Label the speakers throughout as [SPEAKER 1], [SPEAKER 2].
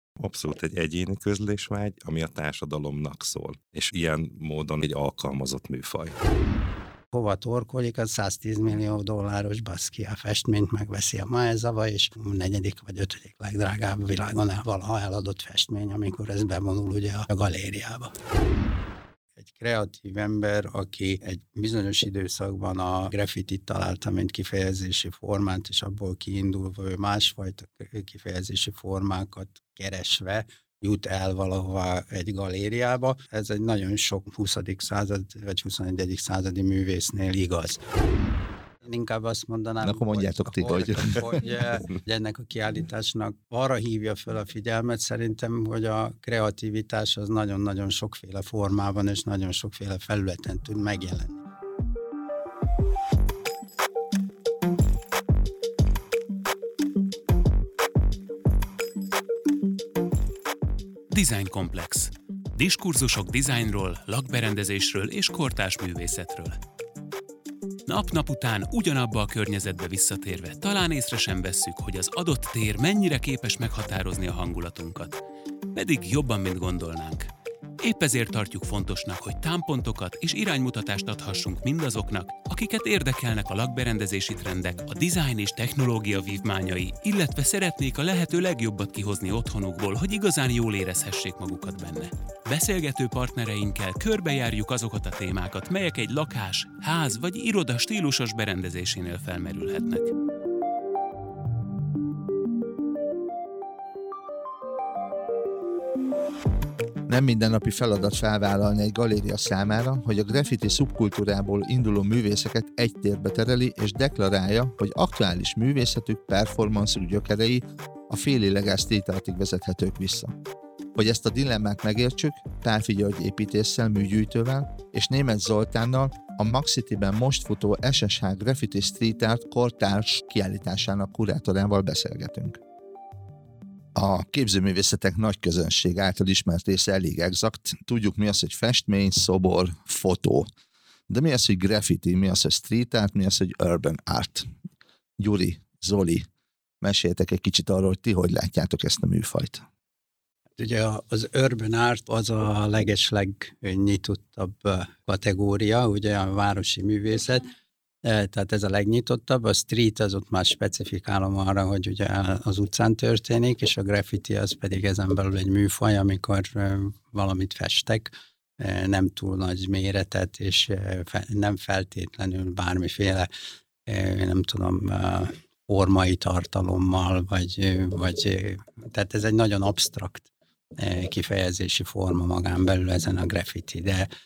[SPEAKER 1] Abszolút egy egyéni közlésvágy, ami a társadalomnak szól. És ilyen módon egy alkalmazott műfaj.
[SPEAKER 2] Hova torkolik, az $110 millió baszki, a festményt megveszi a Maezava, és a 4. vagy 5. legdrágább világon valaha eladott festmény, amikor ez bevonul ugye a galériába. Egy kreatív ember, aki egy bizonyos időszakban a graffitit találta, mint kifejezési formát, és abból kiindulva ő másfajta kifejezési formákat keresve jut el valahova egy galériába. Ez egy nagyon sok 20. század vagy 21. századi művésznél igaz. Én inkább azt mondanám,
[SPEAKER 3] akkor mondjátok ti, hogy
[SPEAKER 2] ennek a kiállításnak arra hívja fel a figyelmet szerintem, hogy a kreativitás az nagyon-nagyon sokféle formában és nagyon sokféle felületen tud megjelenni.
[SPEAKER 4] Design Komplex. Diskurzusok dizájnról, lakberendezésről és kortárs művészetről. Nap-nap után ugyanabba a környezetbe visszatérve talán észre sem vesszük, hogy az adott tér mennyire képes meghatározni a hangulatunkat. Pedig jobban, mint gondolnánk. Épp ezért tartjuk fontosnak, hogy támpontokat és iránymutatást adhassunk mindazoknak, akiket érdekelnek a lakberendezési trendek, a dizájn és technológia vívmányai, illetve szeretnék a lehető legjobbat kihozni otthonukból, hogy igazán jól érezhessék magukat benne. Beszélgető partnereinkkel körbejárjuk azokat a témákat, melyek egy lakás, ház vagy iroda stílusos berendezésénél felmerülhetnek.
[SPEAKER 3] Nem mindennapi feladat felvállalni egy galéria számára, hogy a graffiti szubkultúrából induló művészeket egy térbe tereli és deklarálja, hogy aktuális művészetük, performance gyökerei a félilegális street artig vezethetők vissza. Hogy ezt a dilemmát megértsük, Pálffy György építésszel, műgyűjtővel és Németh Zoltánnal a Maxitiben most futó SSH Graffiti Street Art kortárs kiállításának kurátorával beszélgetünk. A képzőművészetek nagy közönség által ismert része elég exakt. Tudjuk, mi az, hogy festmény, szobor, fotó. De mi az, hogy graffiti, mi az, hogy street art, mi az, hogy urban art. Gyuri, Zoli, meséljetek egy kicsit arról, hogy ti hogy látjátok ezt a műfajt.
[SPEAKER 2] Ugye az urban art az a legeslegnyitottabb kategória, ugye a városi művészet, tehát ez a legnyitottabb, a street az ott már specifikálom arra, hogy ugye az utcán történik, és a graffiti az pedig ezen belül egy műfaj, amikor valamit festek, nem túl nagy méretet, és nem feltétlenül bármiféle, nem tudom, formai tartalommal, vagy tehát ez egy nagyon absztrakt kifejezési forma magán belül ezen a graffiti,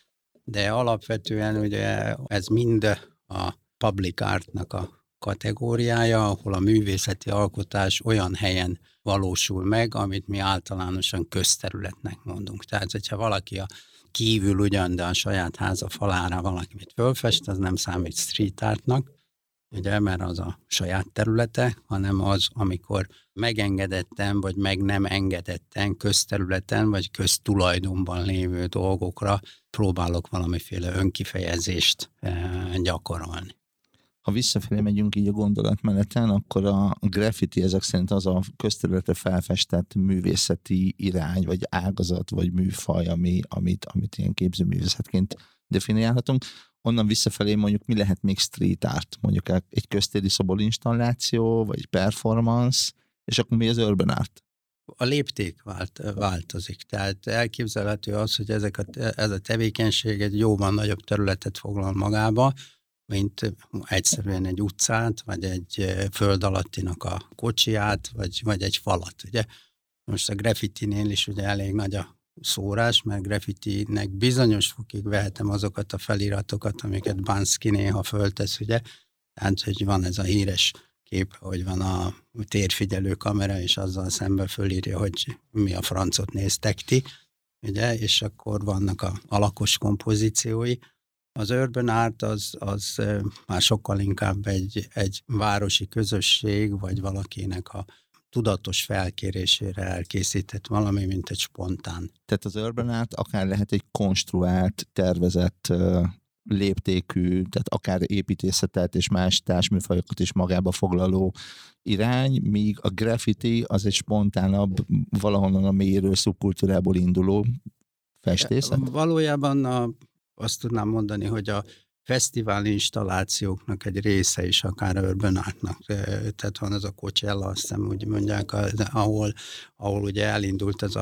[SPEAKER 2] de alapvetően ugye ez mind a public artnak a kategóriája, ahol a művészeti alkotás olyan helyen valósul meg, amit mi általánosan közterületnek mondunk. Tehát, hogyha valaki a kívül ugyan, de a saját háza falára valamit fölfest, az nem számít street artnak, ugye, mert az a saját területe, hanem az, amikor megengedetten, vagy meg nem engedetten közterületen, vagy köztulajdonban lévő dolgokra próbálok valamiféle önkifejezést gyakorolni.
[SPEAKER 3] Ha visszafelé megyünk így a gondolatmeneten, akkor a graffiti ezek szerint az a közterületre felfestett művészeti irány, vagy ágazat, vagy műfaj, amit ilyen képzőművészetként definiálhatunk. Onnan visszafelé mondjuk mi lehet még street art, mondjuk egy köztéri szoborinstalláció, vagy performance, és akkor mi az urban art?
[SPEAKER 2] A lépték változik, tehát elképzelhető az, hogy ez a tevékenység egy jóval nagyobb területet foglal magába, mint egyszerűen egy utcát, vagy egy föld alattinak a kocsiját, vagy egy falat, ugye. Most a graffitinél is ugye elég nagy a szórás, mert graffitinek bizonyos fokig vehetem azokat a feliratokat, amiket Banksy néha föltesz, ugye. Tehát, hogy van ez a híres kép, hogy van a térfigyelő kamera, és azzal szemben fölírja, hogy mi a francot néztek ti, ugye, és akkor vannak a alakos kompozíciói. Az urban art az már sokkal inkább egy városi közösség, vagy valakinek a tudatos felkérésére elkészített valami, mint egy spontán.
[SPEAKER 3] Tehát az urban art akár lehet egy konstruált, tervezett léptékű, tehát akár építészetet és más társműfajokat is magába foglaló irány, míg a graffiti az egy spontánabb, valahonnan a mélyről szubkultúrából induló festészet?
[SPEAKER 2] Valójában azt tudnám mondani, hogy a fesztivál installációknak egy része is akár urban artnak. Tehát van az a Coachella, azt hiszem úgy mondják, ahol ugye elindult ez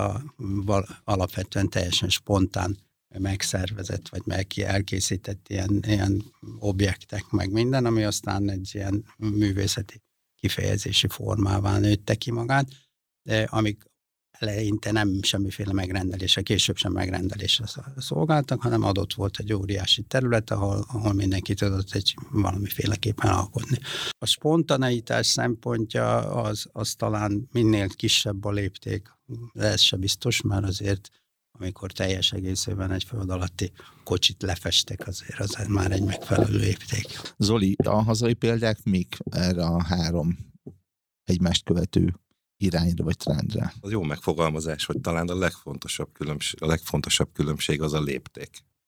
[SPEAKER 2] alapvetően teljesen spontán megszervezett, vagy elkészített ilyen objektek, meg minden, ami aztán egy ilyen művészeti kifejezési formává nőtte ki magát, de amik eleinte nem semmiféle megrendelésre, később sem megrendelésre szolgáltak, hanem adott volt egy óriási terület, ahol mindenki tudott valamiféleképpen alkotni. A spontaneitás szempontja az talán minél kisebb a lépték, de ez se biztos, mert azért amikor teljes egészében egy föld alatti kocsit lefestek, azért az már egy megfelelő lépték.
[SPEAKER 3] Zoli, a hazai példák mik erre a 3 egymást követő irányra vagy trendre?
[SPEAKER 1] Az jó megfogalmazás, hogy talán a legfontosabb különbség az a lépték.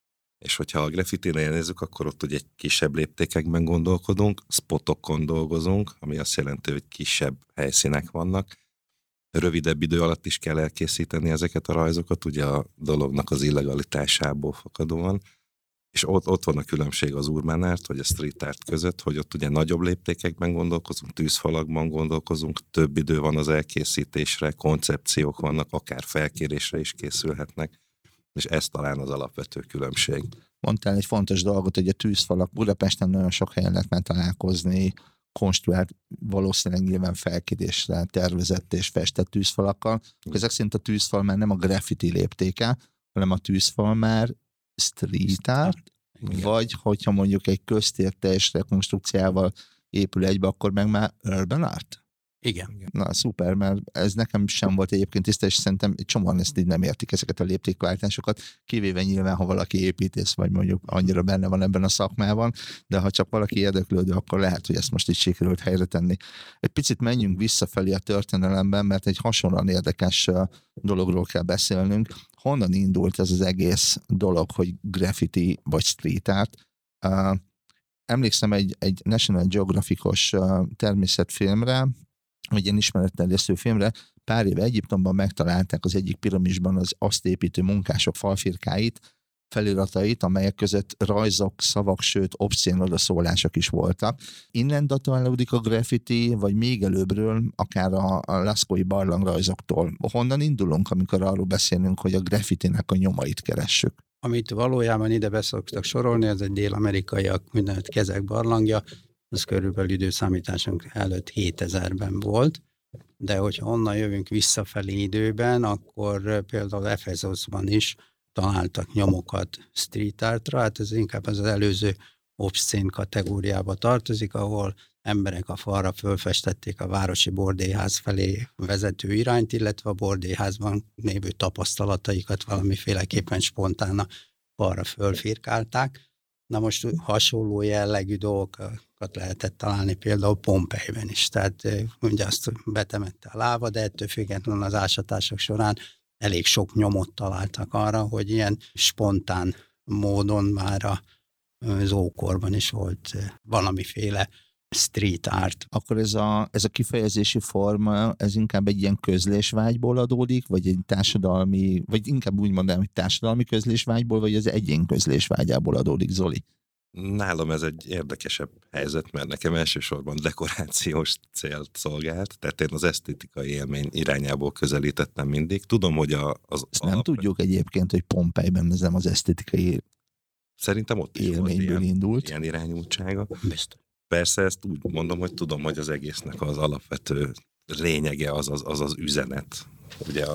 [SPEAKER 1] És hogyha a graffitinél nézzük, akkor ott ugye egy kisebb léptékekben gondolkodunk, spotokon dolgozunk, ami azt jelenti, hogy kisebb helyszínek vannak. Rövidebb idő alatt is kell elkészíteni ezeket a rajzokat, ugye a dolognak az illegalitásából fakadóan. És ott van a különbség az urban art, vagy a street art között, hogy ott ugye nagyobb léptékekben gondolkozunk, tűzfalakban gondolkozunk, több idő van az elkészítésre, koncepciók vannak, akár felkérésre is készülhetnek, és ez talán az alapvető különbség.
[SPEAKER 3] Mondtál egy fontos dolgot, hogy a tűzfalak Budapesten nagyon sok helyen lehet már találkozni, konstruált, valószínűleg nyilván felkérésre tervezett és festett tűzfalakkal. Ezek szerint a tűzfal már nem a graffiti léptéke, hanem a tűzfal már street art, vagy hogyha mondjuk egy köztér teljes rekonstrukciával épül egybe, akkor meg már urban art?
[SPEAKER 2] Igen.
[SPEAKER 3] Na, szuper, mert ez nekem sem volt egyébként tiszta, és szerintem csomóan ezt így nem értik, ezeket a léptékváltásokat, kivéve nyilván, ha valaki építész, vagy mondjuk annyira benne van ebben a szakmában, de ha csak valaki érdeklődő, akkor lehet, hogy ezt most így sikerült helyre tenni. Egy picit menjünk visszafelé a történelemben, mert egy hasonlóan érdekes dologról kell beszélnünk. Honnan indult ez az egész dolog, hogy graffiti vagy street art? Emlékszem egy National Geographic-os természetfilmre, vagy ilyen ismeretterjesztő filmre, pár éve Egyiptomban megtalálták az egyik piramisban az azt építő munkások falfirkáit, feliratait, amelyek között rajzok, szavak, sőt, obszén odaszólások is voltak. Innen datálódik a graffiti, vagy még előbbről, akár a laszkói barlangrajzoktól. Honnan indulunk, amikor arról beszélünk, hogy a graffitinek a nyomait keressük?
[SPEAKER 2] Amit valójában ide beszoktak sorolni, az egy dél-amerikaiak mindenütt kezek barlangja, az körülbelül időszámításunk előtt 7000-ben volt, de hogyha onnan jövünk visszafelé időben, akkor például Efezoszban is találtak nyomokat street artra, hát ez inkább az előző obszcén kategóriába tartozik, ahol emberek a falra fölfestették a városi bordélyház felé vezető irányt, illetve a bordélyházban lévő tapasztalataikat valamiféleképpen spontán a falra fölfirkálták. Na most hasonló jellegű dolgokat lehetett találni például Pompejben is. Tehát ugye azt betemette a láva, de ettől függetlenül az ásatások során elég sok nyomot találtak arra, hogy ilyen spontán módon már az ókorban is volt valamiféle street art.
[SPEAKER 3] Akkor ez a kifejezési forma, ez inkább egy ilyen közlésvágyból adódik, vagy egy társadalmi, vagy inkább úgy mondanám, hogy társadalmi közlésvágyból, vagy az egyén közlésvágyából adódik, Zoli?
[SPEAKER 1] Nálam ez egy érdekesebb helyzet, mert nekem elsősorban dekorációs célt szolgált, tehát én az esztétikai élmény irányából közelítettem mindig. Tudom, hogy
[SPEAKER 3] Ezt nem tudjuk egyébként, hogy Pompejben ez nem az esztétikai
[SPEAKER 1] szerintem ott is
[SPEAKER 3] élményből indult.
[SPEAKER 1] Ilyen irányultsága.
[SPEAKER 2] Biztos.
[SPEAKER 1] Persze ezt úgy mondom, hogy tudom, hogy az egésznek az alapvető lényege az üzenet. Ugye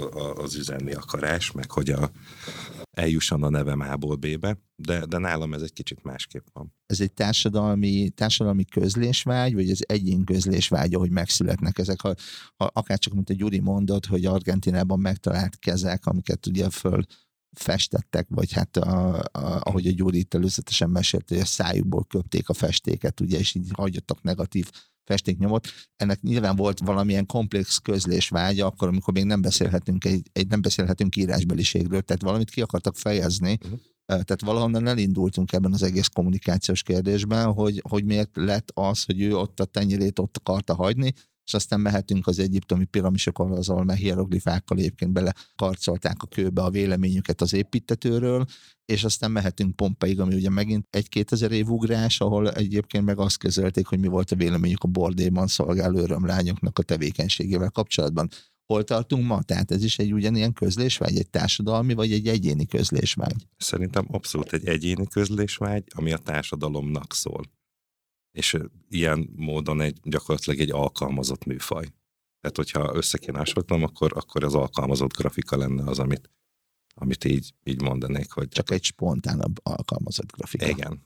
[SPEAKER 1] az üzenni akarás, meg hogy eljusson a nevem A-ból B-be, de nálam ez egy kicsit másképp van.
[SPEAKER 3] Ez egy társadalmi közlésvágy, vagy az egyén közlésvágy, ahogy megszületnek ezek, ha akárcsak, mint a Gyuri mondott, hogy Argentínában megtalált kezek, amiket ugye festettek, vagy hát ahogy a Gyuri itt előzetesen mesélt, hogy a szájukból köpték a festéket, ugye, és így hagyottak negatív festéknyomot. Ennek nyilván volt valamilyen komplex közlésvágya, akkor, amikor még nem beszélhetünk írásbeliségről, tehát valamit ki akartak fejezni, Tehát valahonnan elindultunk ebben az egész kommunikációs kérdésben, hogy miért lett az, hogy ő ott a tenyerét ott akarta hagyni, és aztán mehetünk az egyiptomi piramisokon, azon, mert hieroglifákkal egyébként belekarcolták a kőbe a véleményüket az építtetőről, és aztán mehetünk Pompeig, ami ugye megint egy 2000 év ugrás, ahol egyébként meg azt közölték, hogy mi volt a véleményük a bordéban szolgáló örömlányoknak a tevékenységével kapcsolatban. Hol tartunk ma? Tehát ez is egy ugyanilyen közlésvágy, egy társadalmi vagy egy egyéni közlésvágy?
[SPEAKER 1] Szerintem abszolút egy egyéni közlésvágy, ami a társadalomnak szól. És ilyen módon gyakorlatilag egy alkalmazott műfaj. Tehát, hogyha össze kéne hasonlítanom, akkor az alkalmazott grafika lenne az, amit így mondanék, hogy...
[SPEAKER 3] Csak egy spontánabb alkalmazott grafika.
[SPEAKER 1] Igen.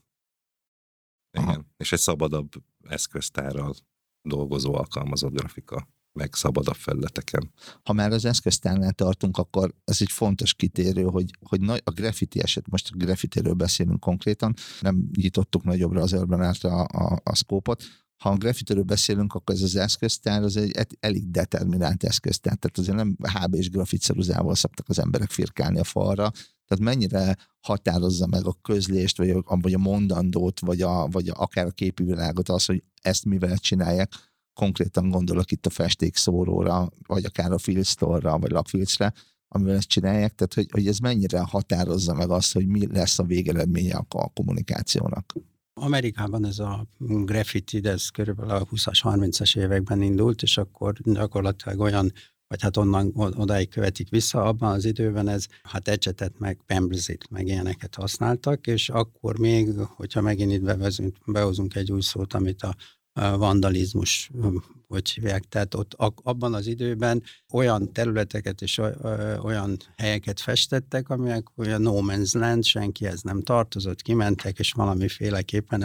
[SPEAKER 1] És egy szabadabb eszköztárral dolgozó alkalmazott grafika, meg szabadabb felületeken.
[SPEAKER 3] Ha már az eszköztárnál tartunk, akkor ez egy fontos kitérő, hogy a graffiti eset, most a graffitiről beszélünk konkrétan, nem nyitottuk nagyobbra az Urban Art-ra a szkópot. Ha a graffitiről beszélünk, akkor ez az eszköztár, az egy elég determinált eszköztár. Tehát azért nem HB-s grafitceruzával szoktak az emberek firkálni a falra. Tehát mennyire határozza meg a közlést, vagy a mondandót, vagy akár a képi világot az, hogy ezt mivel csinálják. Konkrétan gondolok itt a festékszóróra, vagy akár a filctorra, vagy lakfilcre, amivel ezt csinálják, tehát hogy ez mennyire határozza meg azt, hogy mi lesz a végeredménye a kommunikációnak.
[SPEAKER 2] Amerikában ez a graffiti, ez körülbelül a 20-as, 30-as években indult, és akkor gyakorlatilag olyan, vagy hát onnan odáig követik vissza, abban az időben ez hát ecsetet, meg pembrezit, meg ilyeneket használtak, és akkor még, hogyha megint itt behozunk egy új szót, amit a vandalizmus, hogy hívják. Tehát ott abban az időben olyan területeket és olyan helyeket festettek, amelyek olyan no man's land, senkihez nem tartozott, kimentek, és valamiféleképpen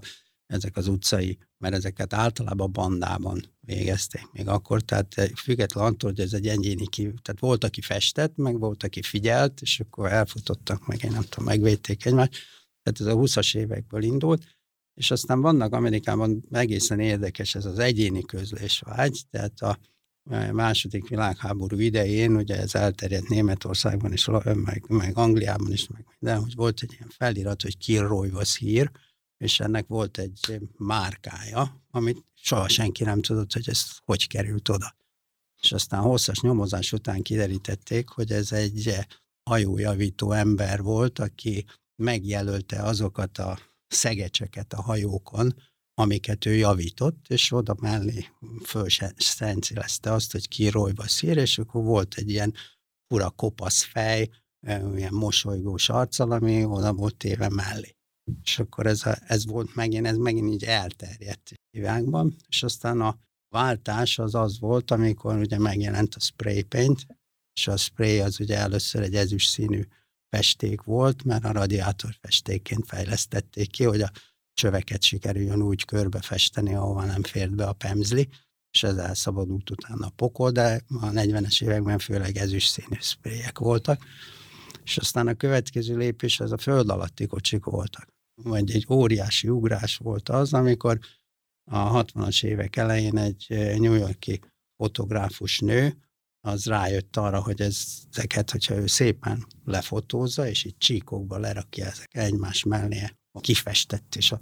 [SPEAKER 2] ezek az utcai, mert ezeket általában bandában végezték még akkor, tehát független attól, hogy ez egy egyéni tehát volt, aki festett, meg volt, aki figyelt, és akkor elfutottak meg, én nem tudom, megvédték egymást. Tehát ez a 20-as évekből indult, és aztán vannak Amerikában egészen érdekes ez az egyéni közlésvágy, tehát a második világháború idején, ugye ez elterjedt Németországban is, meg Angliában is, meg minden, hogy volt egy ilyen felirat, hogy Kilroy was here, és ennek volt egy márkája, amit soha senki nem tudott, hogy ez hogy került oda. És aztán hosszas nyomozás után kiderítették, hogy ez egy hajójavító ember volt, aki megjelölte azokat a szegecseket a hajókon, amiket ő javított, és oda mellé fölszencélezte azt, hogy Kilroy was here, és akkor volt egy ilyen fura kopasz fej, ilyen mosolygós arccal, ami oda volt téve mellé. És akkor ez megint így elterjedt világban, és aztán a váltás az volt, amikor ugye megjelent a spray paint, és a spray az ugye először egy ezüst színű festék volt, mert a radiátor festékként fejlesztették ki, hogy a csöveket sikerüljön úgy körbe festeni, ahova nem fért be a pemzli, és ez elszabadult utána a pokol, de a 40-es években főleg ezüst színű sprayek voltak, és aztán a következő lépés az a föld alatti kocsik voltak. Vagy egy óriási ugrás volt az, amikor a 60-as évek elején egy New York-i fotográfus nő, az rájött arra, hogy ezeket, hogyha ő szépen lefotózza, és így csíkokba lerakja ezek egymás mellé a kifestett és a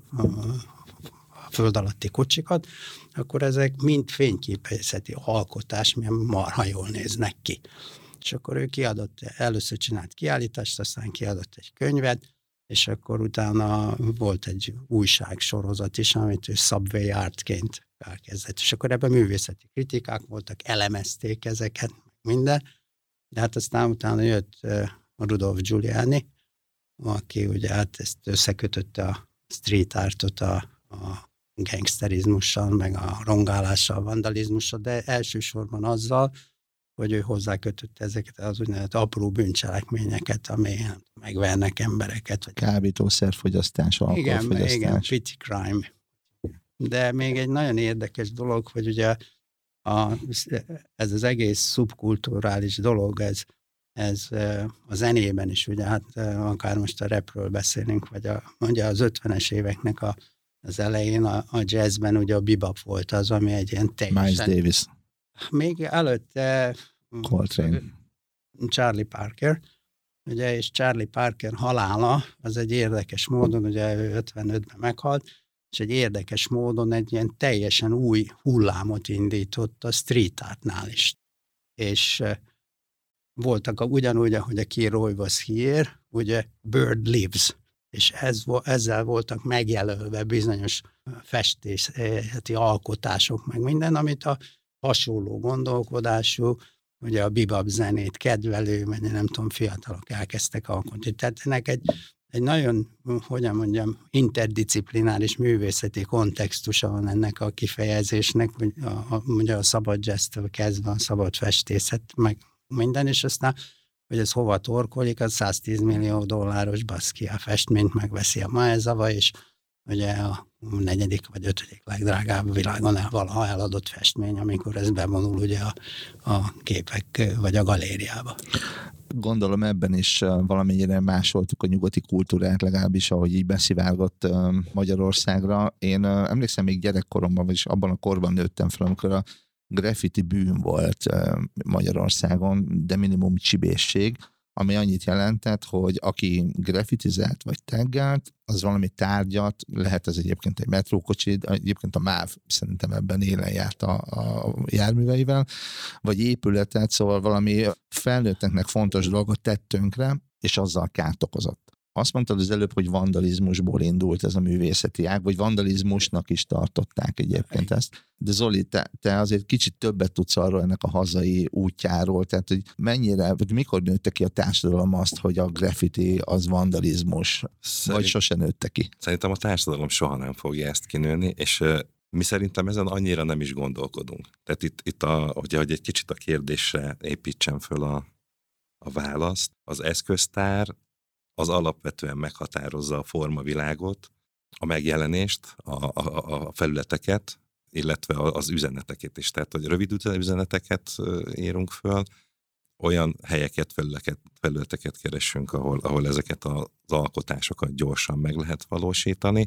[SPEAKER 2] föld alatti kocsikat, akkor ezek mind fényképészeti alkotás, milyen marha jól néznek ki. És akkor ő először csinált kiállítást, aztán kiadott egy könyvet, és akkor utána volt egy újságsorozat is, amit ő Subway Artként elkezdett. És akkor ebben művészeti kritikák voltak, elemezték ezeket, minden. De hát aztán utána jött Rudolph Giuliani, aki ugye hát ezt összekötötte a street artot a gangsterizmussal, meg a rongálással, a vandalizmussal, de elsősorban azzal, hogy ő hozzákötötte ezeket az úgynevezett apró bűncselekményeket, ami megvernek embereket.
[SPEAKER 3] Kábítószerfogyasztás, alkoholfogyasztás.
[SPEAKER 2] Igen, petty crime. De még egy nagyon érdekes dolog, hogy ugye ez az egész szubkulturális dolog, ez a zenében is, ugye hát akár most a rapről beszélünk, vagy ugye az 50-es éveknek az elején a jazzben ugye a bebop volt az, ami egy ilyen teljesen...
[SPEAKER 3] Miles Davis.
[SPEAKER 2] Még előtte
[SPEAKER 3] Coltrane.
[SPEAKER 2] Charlie Parker, ugye, és Charlie Parker halála az egy érdekes módon, ugye ő 55-ben meghalt, és egy érdekes módon egy ilyen teljesen új hullámot indított a street artnál is. És voltak ugyanúgy, ahogy a Key Roy was here, ugye Bird Lives, és ezzel voltak megjelölve bizonyos festészeti alkotások, meg minden, amit a hasonló gondolkodású, ugye a bebop zenét kedvelő, vagy nem tudom, fiatalok elkezdtek alkotni. Tehát ennek egy nagyon, hogyan mondjam, interdisziplináris művészeti kontextusa van ennek a kifejezésnek, ugye a szabad jazztől kezdve a szabad festészet, meg minden, és aztán, hogy ez hova torkolik, az $110 millió baszki a festményt megveszi a Maezava, és ugye a 4. vagy 5. legdrágább világon valaha eladott festmény, amikor ez bevonul ugye a képek vagy a galériába.
[SPEAKER 3] Gondolom ebben is valamennyire másoltuk a nyugati kultúrát, legalábbis ahogy így beszivárgott Magyarországra. Én emlékszem, még gyerekkoromban, vagyis abban a korban nőttem fel, amikor a graffiti bűn volt Magyarországon, de minimum csibészség, ami annyit jelentett, hogy aki graffitizelt vagy taggelt, az valami tárgyat, lehet ez egyébként egy metrókocsi, egyébként a MÁV szerintem ebben élen járt a járműveivel, vagy épületet, szóval valami felnőtteknek fontos dolgot tett tönkre, és azzal kárt okozott. Azt mondtad az előbb, hogy vandalizmusból indult ez a művészeti ág, vagy vandalizmusnak is tartották egyébként ezt. De Zoli, te azért kicsit többet tudsz arról ennek a hazai útjáról, tehát hogy mennyire, vagy mikor nőtte ki a társadalom azt, hogy a graffiti az vandalizmus, vagy sose nőtte ki?
[SPEAKER 1] Szerintem a társadalom soha nem fogja ezt kinőni, és mi szerintem ezen annyira nem is gondolkodunk. Tehát itt hogy egy kicsit a kérdésre építsem föl a választ, az eszköztár az alapvetően meghatározza a formavilágot, a megjelenést, a felületeket, illetve az üzeneteket is. Tehát, hogy rövid üzeneteket írunk föl, olyan helyeket, felületeket keresünk, ahol ezeket az alkotásokat gyorsan meg lehet valósítani,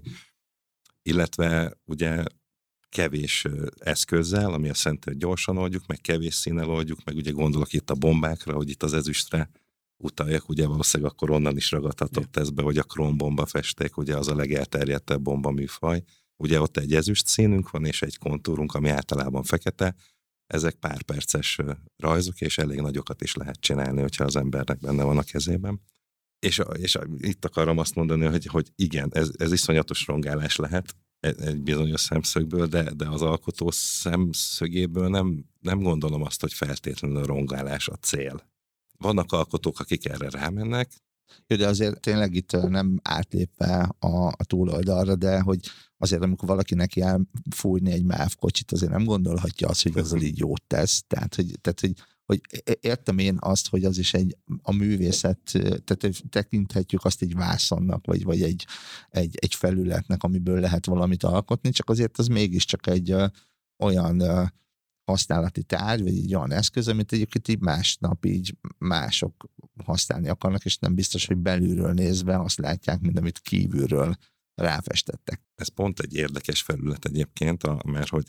[SPEAKER 1] illetve ugye kevés eszközzel, ami azt jelenti, hogy gyorsan oldjuk, meg kevés színnel oldjuk, meg ugye gondolok itt a bombákra, hogy itt az ezüstre utaljak, ugye valószínűleg akkor onnan is ragadhatott ez be, hogy a krómbomba festék, ugye az a legelterjedtebb bombaműfaj. Ugye ott egy ezüst színünk van, és egy kontúrunk, ami általában fekete. Ezek pár perces rajzok, és elég nagyokat is lehet csinálni, hogyha az embernek benne van a kezében. És itt akarom azt mondani, hogy igen, ez iszonyatos rongálás lehet egy bizonyos szemszögből, de az alkotó szemszögéből nem gondolom azt, hogy feltétlenül a rongálás a cél. Vannak alkotók, akik erre rámennek.
[SPEAKER 3] Jó, de azért tényleg itt nem átlépve a túloldalra, de hogy azért amikor valaki neki elfújni egy MÁV kocsit, azért nem gondolhatja azt, hogy azzal így jót tesz. Tehát, hogy értem én azt, hogy az is a művészet, tehát tekinthetjük azt egy vászonnak, vagy egy felületnek, amiből lehet valamit alkotni, csak azért az mégiscsak egy olyan használati tárgy, vagy egy olyan eszköz, amit egyébként így másnap így mások használni akarnak, és nem biztos, hogy belülről nézve azt látják, mint amit kívülről ráfestettek.
[SPEAKER 1] Ez pont egy érdekes felület egyébként, mert hogy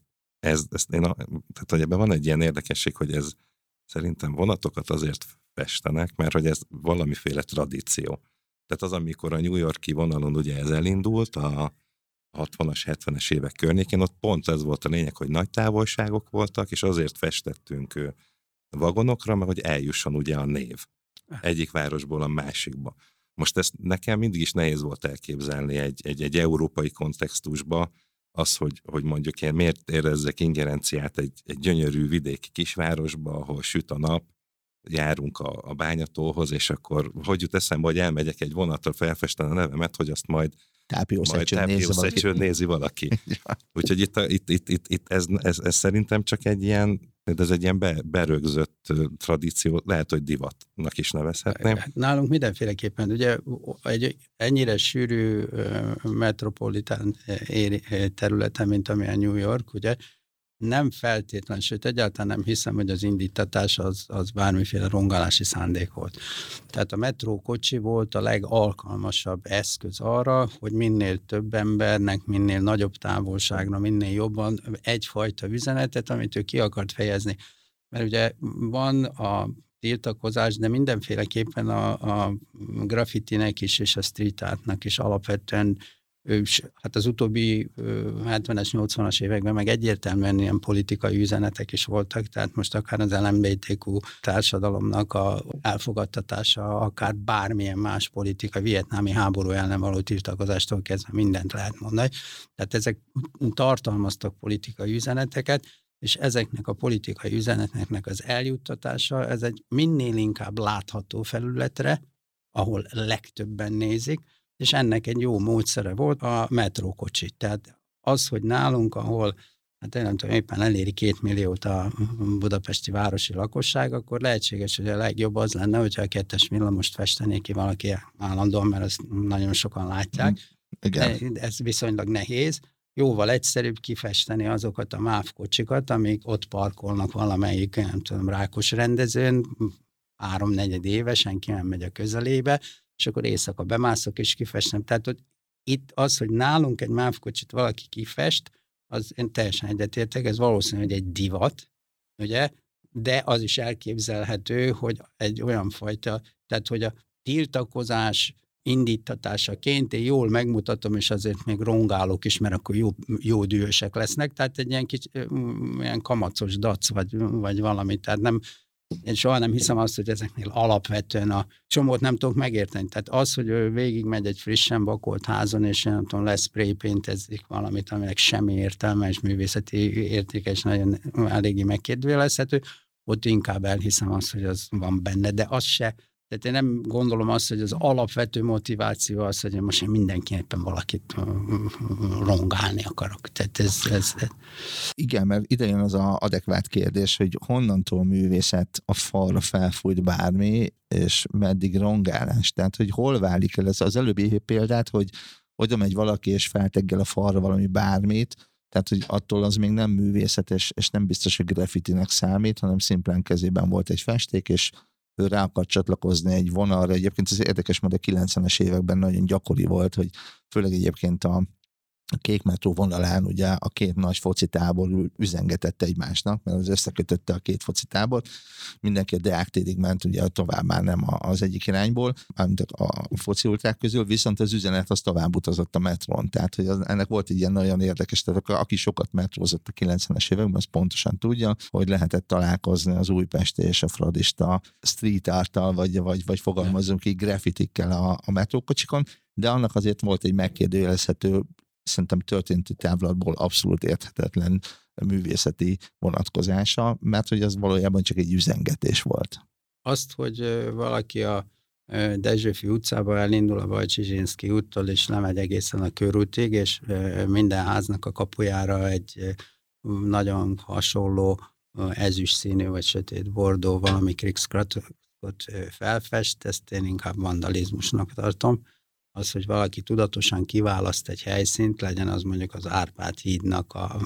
[SPEAKER 1] tehát hogy ebben van egy ilyen érdekesség, hogy ez szerintem vonatokat azért festenek, mert hogy ez valamiféle tradíció. Tehát az, amikor a New York-i vonalon ugye ez elindult, a 60-as, 70-es évek környékén, ott pont ez volt a lényeg, hogy nagy távolságok voltak, és azért festettünk vagonokra, mert hogy eljusson ugye a név egyik városból a másikba. Most ezt nekem mindig is nehéz volt elképzelni egy európai kontextusba, az, hogy mondjuk én miért érezzek ingerenciát egy gyönyörű vidéki kisvárosba, ahol süt a nap, járunk a bányatóhoz, és akkor hogy jut eszembe, hogy elmegyek egy vonatra felfesteni a nevemet, hogy azt majd tápiószecsőn nézi valaki. Úgyhogy itt ez szerintem csak egy ilyen, ez egy ilyen berögzött tradíció, lehet, hogy divatnak is nevezhetném.
[SPEAKER 2] Nálunk mindenféleképpen, ugye egy ennyire sűrű metropolitán területen, mint amilyen New York, ugye, nem feltétlen, sőt egyáltalán nem hiszem, hogy az indítatás az bármiféle rongálási szándék volt. Tehát a metrókocsi volt a legalkalmasabb eszköz arra, hogy minél több embernek, minél nagyobb távolságra, minél jobban egyfajta üzenetet, amit ő ki akart fejezni. Mert ugye van tiltakozás, de mindenféleképpen a graffitinek is, és a street artnak is alapvetően, hát az utóbbi 70-es, 80-as években meg egyértelműen ilyen politikai üzenetek is voltak, tehát most akár az LMBTQ társadalomnak a elfogadtatása, akár bármilyen más politika, vietnámi háború ellen való tiltakozástól kezdve mindent lehet mondani. Tehát ezek tartalmaztak politikai üzeneteket, és ezeknek a politikai üzeneteknek az eljuttatása, ez egy minél inkább látható felületre, ahol legtöbben nézik, és ennek egy jó módszere volt a metrókocsi. Tehát az, hogy nálunk, ahol hát én nem tudom, éppen eléri 2 milliót a budapesti városi lakosság, akkor lehetséges, hogy a legjobb az lenne, hogyha a 2-es villamost festené ki valaki állandóan, mert ezt nagyon sokan látják.
[SPEAKER 3] Igen.
[SPEAKER 2] De ez viszonylag nehéz. Jóval egyszerűbb kifesteni azokat a MÁV kocsikat, amik ott parkolnak valamelyik, nem tudom, Rákos rendezőn, 3-4 éve, senki nem megy a közelébe, és akkor éjszaka bemászok és kifestem. Tehát hogy itt az, hogy nálunk egy MÁV kocsit valaki kifest, az én teljesen egyetértek, ez valószínűleg egy divat, ugye? De az is elképzelhető, hogy egy olyan fajta, tehát hogy a tiltakozás indítatásaként én jól megmutatom, és azért még rongálok is, mert akkor jó dühösek lesznek, tehát egy ilyen kicsi, ilyen kamacos dac, vagy valami, tehát nem, én soha nem hiszem azt, hogy ezeknél alapvetően a csomót nem tudok megérteni. Tehát az, hogy ő végigmegy egy frissen bakolt házon, és nem tudom, leszpraypaintezik valamit, aminek semmi értelme, és művészeti értéke, és nagyon eléggé megkérdőjelezhető, ott inkább elhiszem azt, hogy az van benne, de az se. Tehát én nem gondolom azt, hogy az alapvető motiváció az, hogy most én mindenképpen valakit rongálni akarok. Tehát ez...
[SPEAKER 3] Igen, mert ide jön az az adekvát kérdés, hogy honnantól művészet a falra felfújt bármi, és meddig rongálás. Tehát, hogy hol válik el ez az előbbi példát, hogy oda megy valaki, és felteggel a falra valami bármit, tehát, hogy attól az még nem művészet, és nem biztos, hogy graffitinek számít, hanem szimplán kezében volt egy festék, és ő rá akar csatlakozni egy vonalra. Egyébként ez érdekes, mert a 90-es években nagyon gyakori volt, hogy főleg egyébként a Kék metró vonalán ugye a 2 nagy focitábor üzengetett egymásnak, mert az összekötötte a 2 focitábort. Mindenki a Deák térig ment, ugye tovább már nem az egyik irányból, mármint a foci ultrák közül, viszont az üzenet az tovább utazott a metrón. Tehát, hogy ennek volt egy ilyen nagyon érdekes, tehát aki sokat metrózott a 90-es években, az pontosan tudja, hogy lehetett találkozni az újpesti és a fradista street art-tal, vagy fogalmazunk így graffitikkel a metrókocsikon, de annak azért volt egy megkérdőjelezhető, szerintem történeti távlatból abszolút érthetetlen művészeti vonatkozása, mert hogy az valójában csak egy üzengetés volt.
[SPEAKER 2] Azt, hogy valaki a Dezsőfi utcába elindul a Bajcsizsinszky úttól, és lemegy egészen a körútig, és minden háznak a kapujára egy nagyon hasonló ezüst színű, vagy sötét bordó valami krikszkratot felfest, ezt én inkább vandalizmusnak tartom. Az, hogy valaki tudatosan kiválaszt egy helyszínt, legyen az mondjuk az Árpád hídnak a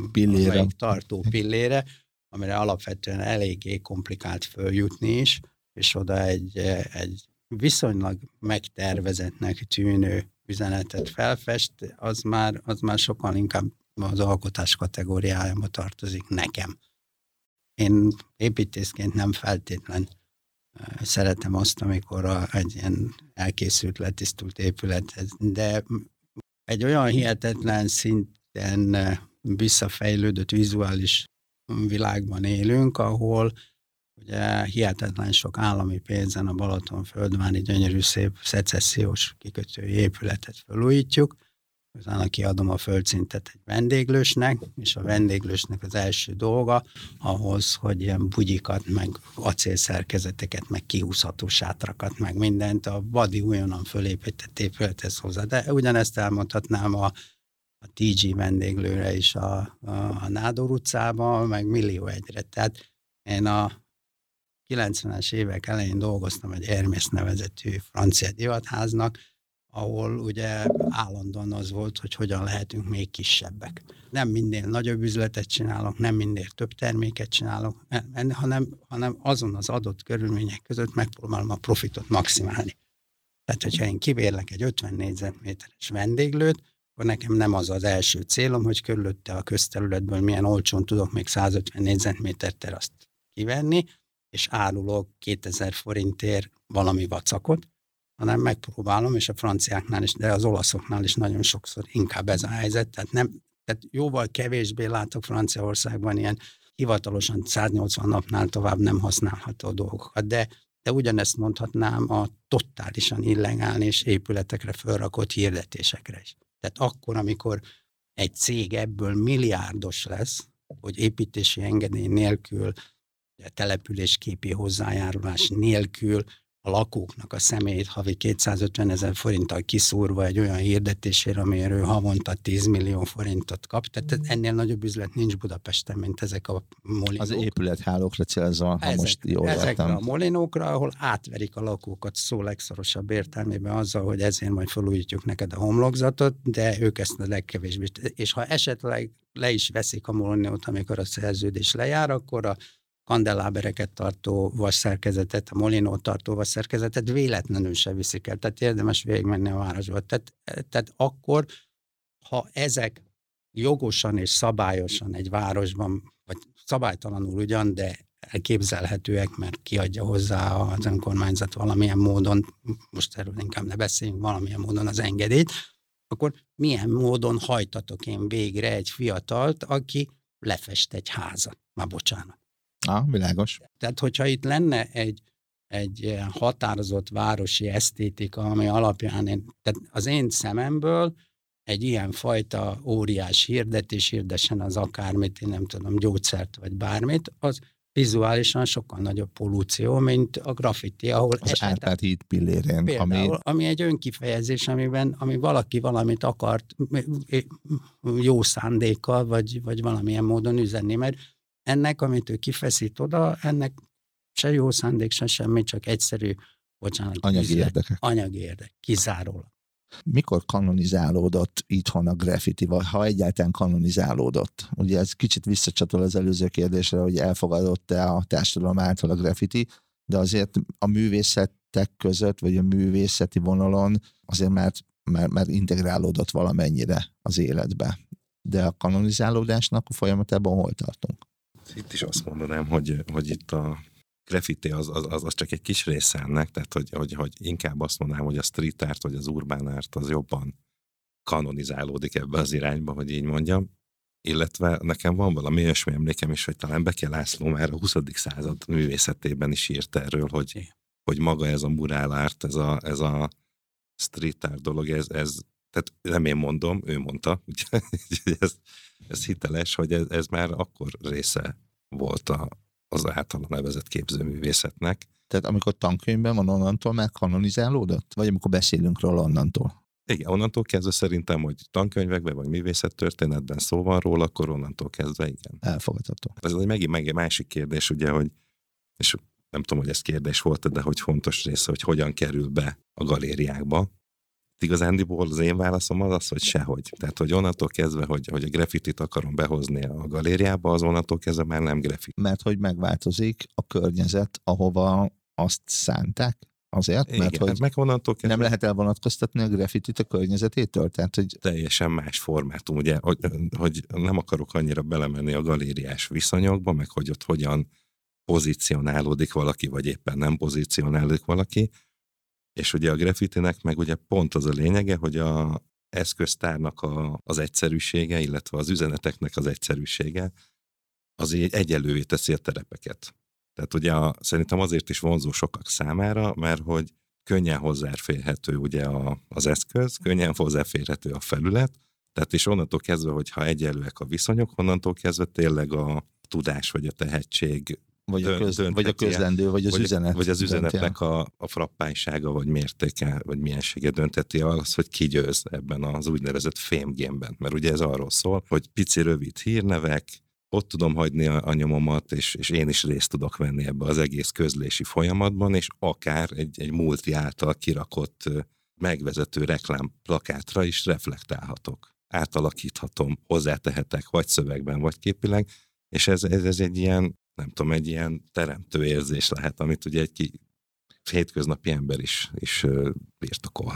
[SPEAKER 2] tartó pillére, amire alapvetően eléggé komplikált följutni is, és oda egy viszonylag megtervezettnek tűnő üzenetet felfest, az már sokkal inkább az alkotás kategóriájába tartozik nekem. Én építészként nem feltétlen szeretem azt, amikor egy ilyen elkészült, letisztult épület, de egy olyan hihetetlen szinten visszafejlődött vizuális világban élünk, ahol ugye hihetetlen sok állami pénzen a Balatonföldvári gyönyörű szép szecessziós kikötői épületet felújítjuk, utána kiadom a földszintet egy vendéglősnek, és a vendéglősnek az első dolga ahhoz, hogy ilyen bugyikat, meg acélszerkezeteket, meg kihúzható sátrakat, meg mindent a vadi újonnan fölépített épülethez hozzá. De ugyanezt elmondhatnám a TG vendéglőre is a Nádor utcában, meg millió egyre. Tehát én a 90-es évek elején dolgoztam egy Hermès nevezetű francia divatháznak, ahol ugye állandóan az volt, hogy hogyan lehetünk még kisebbek. Nem minél nagyobb üzletet csinálok, nem minél több terméket csinálok, hanem azon az adott körülmények között megpróbálom a profitot maximálni. Tehát, hogyha én kibérlek egy 50 négyzetméteres vendéglőt, akkor nekem nem az az első célom, hogy körülötte a közterületből milyen olcsón tudok még 150 négyzetméter teraszt kivenni, és árulok 2000 forintért valami vacakot, hanem megpróbálom, és a franciáknál is, de az olaszoknál is nagyon sokszor inkább ez a helyzet, tehát jóval kevésbé látok Franciaországban ilyen hivatalosan 180 napnál tovább nem használható dolgokat, de ugyanezt mondhatnám a totálisan illegális épületekre felrakott hirdetésekre is. Tehát akkor, amikor egy cég ebből milliárdos lesz, hogy építési engedély nélkül, településképi hozzájárulás nélkül a lakóknak a személyét havi 250 000 forinttal kiszúrva egy olyan hirdetésére, amiről havonta 10 millió forintot kap. Tehát ennél nagyobb üzlet nincs Budapesten, mint ezek a molinók.
[SPEAKER 3] Az épülethálókra célzva, ha most jól értem.
[SPEAKER 2] Ezekre a molinókra, ahol átverik a lakókat szó legszorosabb értelmében azzal, hogy ezért majd felújítjuk neked a homlokzatot, de ők ezt a legkevésbé. És ha esetleg le is veszik a molinót, amikor a szerződés lejár, akkor a kandelábereket tartó vasszerkezetet, a molinót tartó vasszerkezetet véletlenül se viszik el. Tehát érdemes végigmenni a városba. Tehát akkor, ha ezek jogosan és szabályosan egy városban, vagy szabálytalanul ugyan, de elképzelhetőek, mert kiadja hozzá az önkormányzat valamilyen módon, most erről inkább ne beszéljünk, valamilyen módon az engedélyt, akkor milyen módon hajtatok én végre egy fiatalt, aki lefest egy házat? Már bocsánat.
[SPEAKER 3] Világos.
[SPEAKER 2] Tehát, hogyha itt lenne egy határozott városi esztétika, ami alapján tehát az én szememből egy ilyen fajta óriás hirdetés, hirdessen az akármit, én nem tudom, gyógyszert vagy bármit, az vizuálisan sokkal nagyobb pollució, mint a graffiti, ahol
[SPEAKER 3] az Árpád híd pillérén.
[SPEAKER 2] Például, ami egy önkifejezés, ami valaki valamit akart jó szándékkal, vagy valamilyen módon üzenni, mert ennek, amit ő kifeszít oda, ennek se jó szándék, se semmi, csak egyszerű, bocsánat, anyagi érdek, kizárólag.
[SPEAKER 3] Mikor kanonizálódott itthon a graffiti, vagy ha egyáltalán kanonizálódott? Ugye ez kicsit visszacsatol az előző kérdésre, hogy elfogadott-e a társadalom által a graffiti, de azért a művészetek között, vagy a művészeti vonalon azért már integrálódott valamennyire az életbe. De a kanonizálódásnak a folyamatában hol tartunk?
[SPEAKER 1] Itt is azt mondanám, hogy itt a graffiti az csak egy kis része ennek, tehát hogy inkább azt mondanám, hogy a street art vagy az urban art az jobban kanonizálódik ebbe az irányba, hogy így mondjam. Illetve nekem van valami olyasmi emlékem is, hogy talán Beke László már a 20. század művészetében is írt erről, hogy maga ez a mural art, ez a street art dolog, ez tehát nem én mondom, ő mondta, úgyhogy ez hiteles, hogy ez már akkor része volt az általa nevezett képzőművészetnek.
[SPEAKER 3] Tehát amikor tankönyvben van, onnantól már kanonizálódott? Vagy amikor beszélünk róla onnantól?
[SPEAKER 1] Igen, onnantól kezdve szerintem, hogy tankönyvekben vagy művészettörténetben szó van róla, akkor onnantól kezdve igen.
[SPEAKER 3] Elfogadható.
[SPEAKER 1] Ez megint egy másik kérdés, ugye, hogy, és nem tudom, hogy ez kérdés volt, de hogy fontos része, hogy hogyan kerül be a galériákba. Igazándiból az én válaszom az, hogy sehogy. Tehát, hogy onnantól kezdve, hogy a graffitit akarom behozni a galériába, az onnantól kezdve már nem graffiti.
[SPEAKER 3] Mert hogy megváltozik a környezet, ahova azt szánták azért?
[SPEAKER 1] Igen,
[SPEAKER 3] mert hogy
[SPEAKER 1] meg onnantól kezdve...
[SPEAKER 3] nem lehet elvonatkoztatni a graffitit a környezetétől? Tehát, hogy...
[SPEAKER 1] Teljesen más formátum, ugye, hogy nem akarok annyira belemenni a galériás viszonyokba, meg hogy ott hogyan pozícionálódik valaki, vagy éppen nem pozícionálódik valaki. És ugye a graffitinek meg ugye pont az a lényege, hogy az eszköztárnak az egyszerűsége, illetve az üzeneteknek az egyszerűsége, az így egyelővé teszi a terepeket. Tehát ugye szerintem azért is vonzó sokak számára, mert hogy könnyen hozzáférhető ugye az eszköz, könnyen hozzáférhető a felület, tehát és onnantól kezdve, hogyha egyenlőek a viszonyok, onnantól kezdve tényleg a tudás vagy a tehetség
[SPEAKER 3] vagy a közlendő, vagy az üzenet.
[SPEAKER 1] Vagy az üzenetnek a frappánysága, vagy mértéke, vagy miensége dönteti az, hogy ki győz ebben az úgynevezett fame game-ben. Mert ugye ez arról szól, hogy pici rövid hírnevek, ott tudom hagyni a nyomomat, és én is részt tudok venni ebbe az egész közlési folyamatban, és akár egy multi által kirakott megvezető reklámplakátra is reflektálhatok. Átalakíthatom, hozzátehetek, vagy szövegben, vagy képileg, és ez egy ilyen, nem tudom, egy ilyen teremtő érzés lehet, amit ugye egy hétköznapi ember is birtokolhat.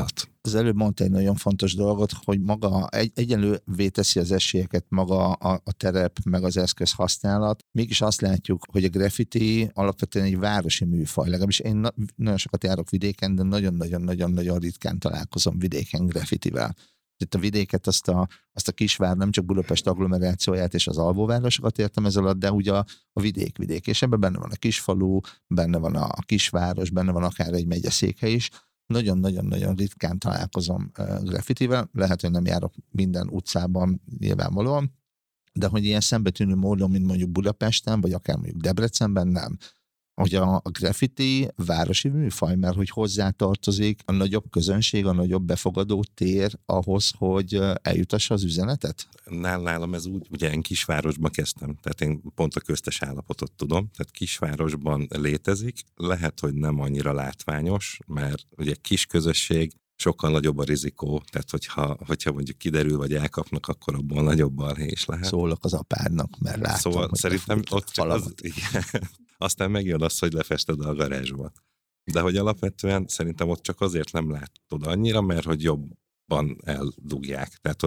[SPEAKER 3] Az előbb mondta egy nagyon fontos dolgot, hogy maga egyenlővé teszi az esélyeket maga a terep, meg az eszköz használat. Mégis azt látjuk, hogy a graffiti alapvetően egy városi műfaj. Legalábbis én nagyon sokat járok vidéken, de nagyon-nagyon ritkán találkozom vidéken graffitivel. Itt a vidéket, azt a kisvár, nem csak Budapest agglomerációját és az alvóvárosokat értem ez alatt, de ugye a vidék. És ebben benne van a kisfalu, benne van a kisváros, benne van akár egy megyeszékhely is. Nagyon-nagyon-nagyon ritkán találkozom graffitivel, lehet, hogy nem járok minden utcában nyilvánvalóan, de hogy ilyen szembetűnő módon, mint mondjuk Budapesten, vagy akár mondjuk Debrecenben nem. Hogy a graffiti városi műfaj, mert hogy hozzátartozik a nagyobb közönség, a nagyobb befogadó tér ahhoz, hogy eljutassa az üzenetet?
[SPEAKER 1] Nálam ez úgy, ugye én kisvárosban kezdtem, tehát én pont a köztes állapotot tudom, tehát kisvárosban létezik, lehet, hogy nem annyira látványos, mert ugye kis közösség, sokkal nagyobb a rizikó, tehát hogyha mondjuk kiderül, vagy elkapnak, akkor abból nagyobb balhé is lehet.
[SPEAKER 3] Szólok az apádnak, mert láttam,
[SPEAKER 1] szóval szerintem ott csak az, igen. Aztán megjön az, hogy lefested a garázsba. De hogy alapvetően szerintem ott csak azért nem látod annyira, mert hogy jobban eldugják. Tehát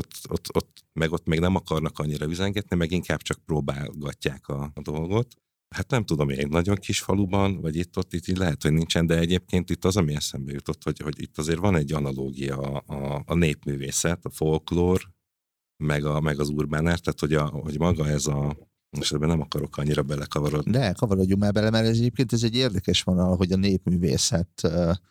[SPEAKER 1] ott még nem akarnak annyira üzengetni, meg inkább csak próbálgatják a dolgot. Hát nem tudom, én nagyon kis faluban, vagy itt így lehet, hogy nincsen, de egyébként itt az, ami eszembe jutott, hogy itt azért van egy analógia a népművészet, a folklór, meg az urbán art, tehát hogy maga ez most ebben nem akarok annyira belekavarodni.
[SPEAKER 3] De kavarodjunk már bele, mert egyébként ez egy érdekes vonal, hogy a népművészet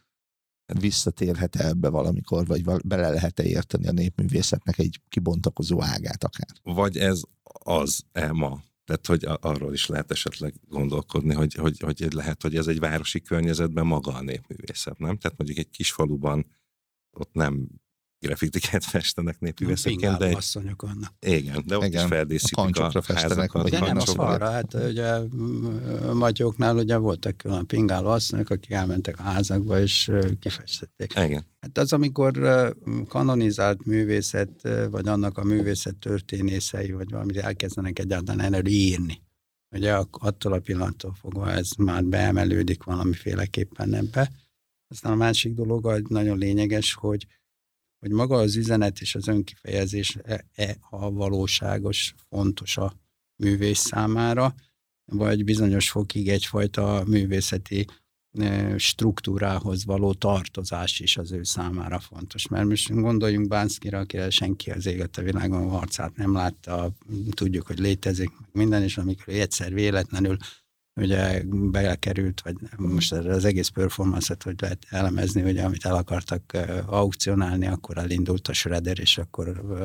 [SPEAKER 3] visszatérhet ebbe valamikor, vagy bele lehet-e érteni a népművészetnek egy kibontakozó ágát akár.
[SPEAKER 1] Vagy ez az ma. Tehát, hogy arról is lehet esetleg gondolkodni, hogy lehet, hogy ez egy városi környezetben maga a népművészet, nem? Tehát mondjuk egy kis faluban ott nem graffitiket festenek népművészetként, de
[SPEAKER 2] asszonyok vannak.
[SPEAKER 1] Igen, de ott is feldíszítik a házakat.
[SPEAKER 2] De nem az falra, hát ugye Matyóknál ugye voltak külön pingáló asszonyok, akik elmentek a házakba és kifestették.
[SPEAKER 1] Igen.
[SPEAKER 2] Hát az, amikor kanonizált művészet, vagy annak a művészet történészei, vagy valamit elkezdenek egyáltalán erről írni. Ugye attól a pillanattól fogva ez már beemelődik valamiféleképpen ebbe. Aztán a másik dolog, nagyon lényeges, hogy maga az üzenet és az önkifejezés a valóságos, fontos a művész számára, vagy bizonyos fokig egyfajta művészeti struktúrához való tartozás is az ő számára fontos. Mert most gondoljunk Banksira, akire senki az éget a világon arcát nem látta, tudjuk, hogy létezik minden, és amikor egyszer véletlenül ugye belekerült, vagy most az egész performance-et, hogy lehet elemezni, ugye, amit el akartak aukcionálni, akkor elindult a Shredder, és akkor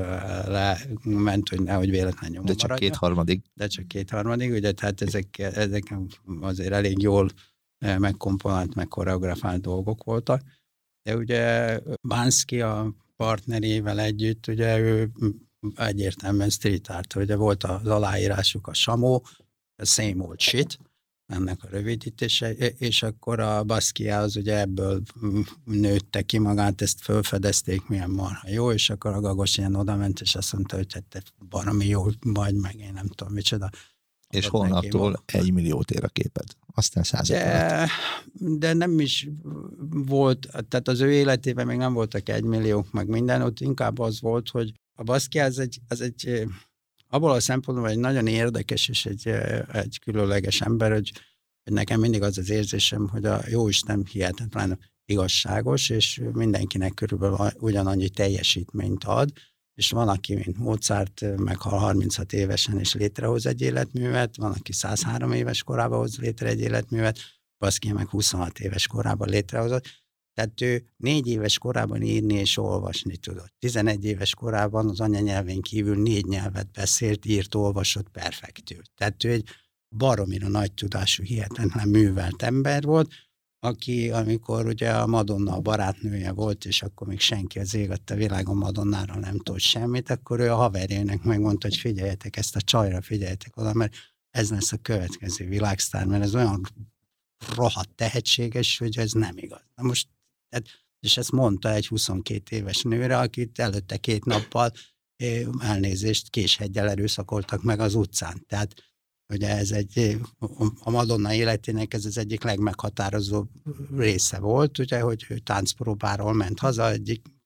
[SPEAKER 2] lement, hogy nehogy véletlen nyomva
[SPEAKER 3] maradja. De csak kétharmadig,
[SPEAKER 2] ugye, tehát ezek azért elég jól megkomponált, meg koreografált dolgok voltak. De ugye Banksy a partnerével együtt, ugye ő egyértelműen street art, ugye volt az aláírásuk a SAMO, a same old shit, ennek a rövidítése, és akkor a Basquiat ugye ebből nőtte ki magát, ezt felfedezték, milyen marha jó, és akkor a Gagos ilyen odament, és azt mondta, hogy te baromi jó vagy, meg én nem tudom micsoda.
[SPEAKER 3] És holnaptól 1 milliót ér a képed. Aztán 100
[SPEAKER 2] de nem is volt, tehát az ő életében még nem voltak 1 milliók, meg minden, ott inkább az volt, hogy a Basquiat az egy abból a szempontból egy nagyon érdekes és egy különleges ember, hogy nekem mindig az az érzésem, hogy a Jóisten hihetetlen igazságos, és mindenkinek körülbelül ugyanannyi teljesítményt ad, és van, aki, mint Mozart, meghal 36 évesen, és létrehoz egy életművet, van, aki 103 éves korában hoz létre egy életművet, Basquiat meg 26 éves korában létrehozott. Tehát ő 4 éves korában írni és olvasni tudott. 11 éves korában az anyanyelvén kívül 4 nyelvet beszélt, írt, olvasott perfektül. Tehát ő egy baromira nagy tudású, hihetetlen művelt ember volt, aki, amikor ugye a Madonna a barátnője volt, és akkor még senki az ég a világon Madonnáról nem tudott semmit, akkor ő a haverjének megmondta, hogy figyeljetek ezt a csajra, figyeljetek oda, mert ez lesz a következő világsztár, mert ez olyan rohadt tehetséges, hogy ez nem igaz. Na most, és ezt mondta egy 22 éves nőre, akit előtte 2 nappal elnézést Késheggyel erőszakoltak meg az utcán. Tehát ugye ez a Madonna életének ez az egyik legmeghatározóbb része volt, ugye, hogy ő táncpróbáról ment haza, egyik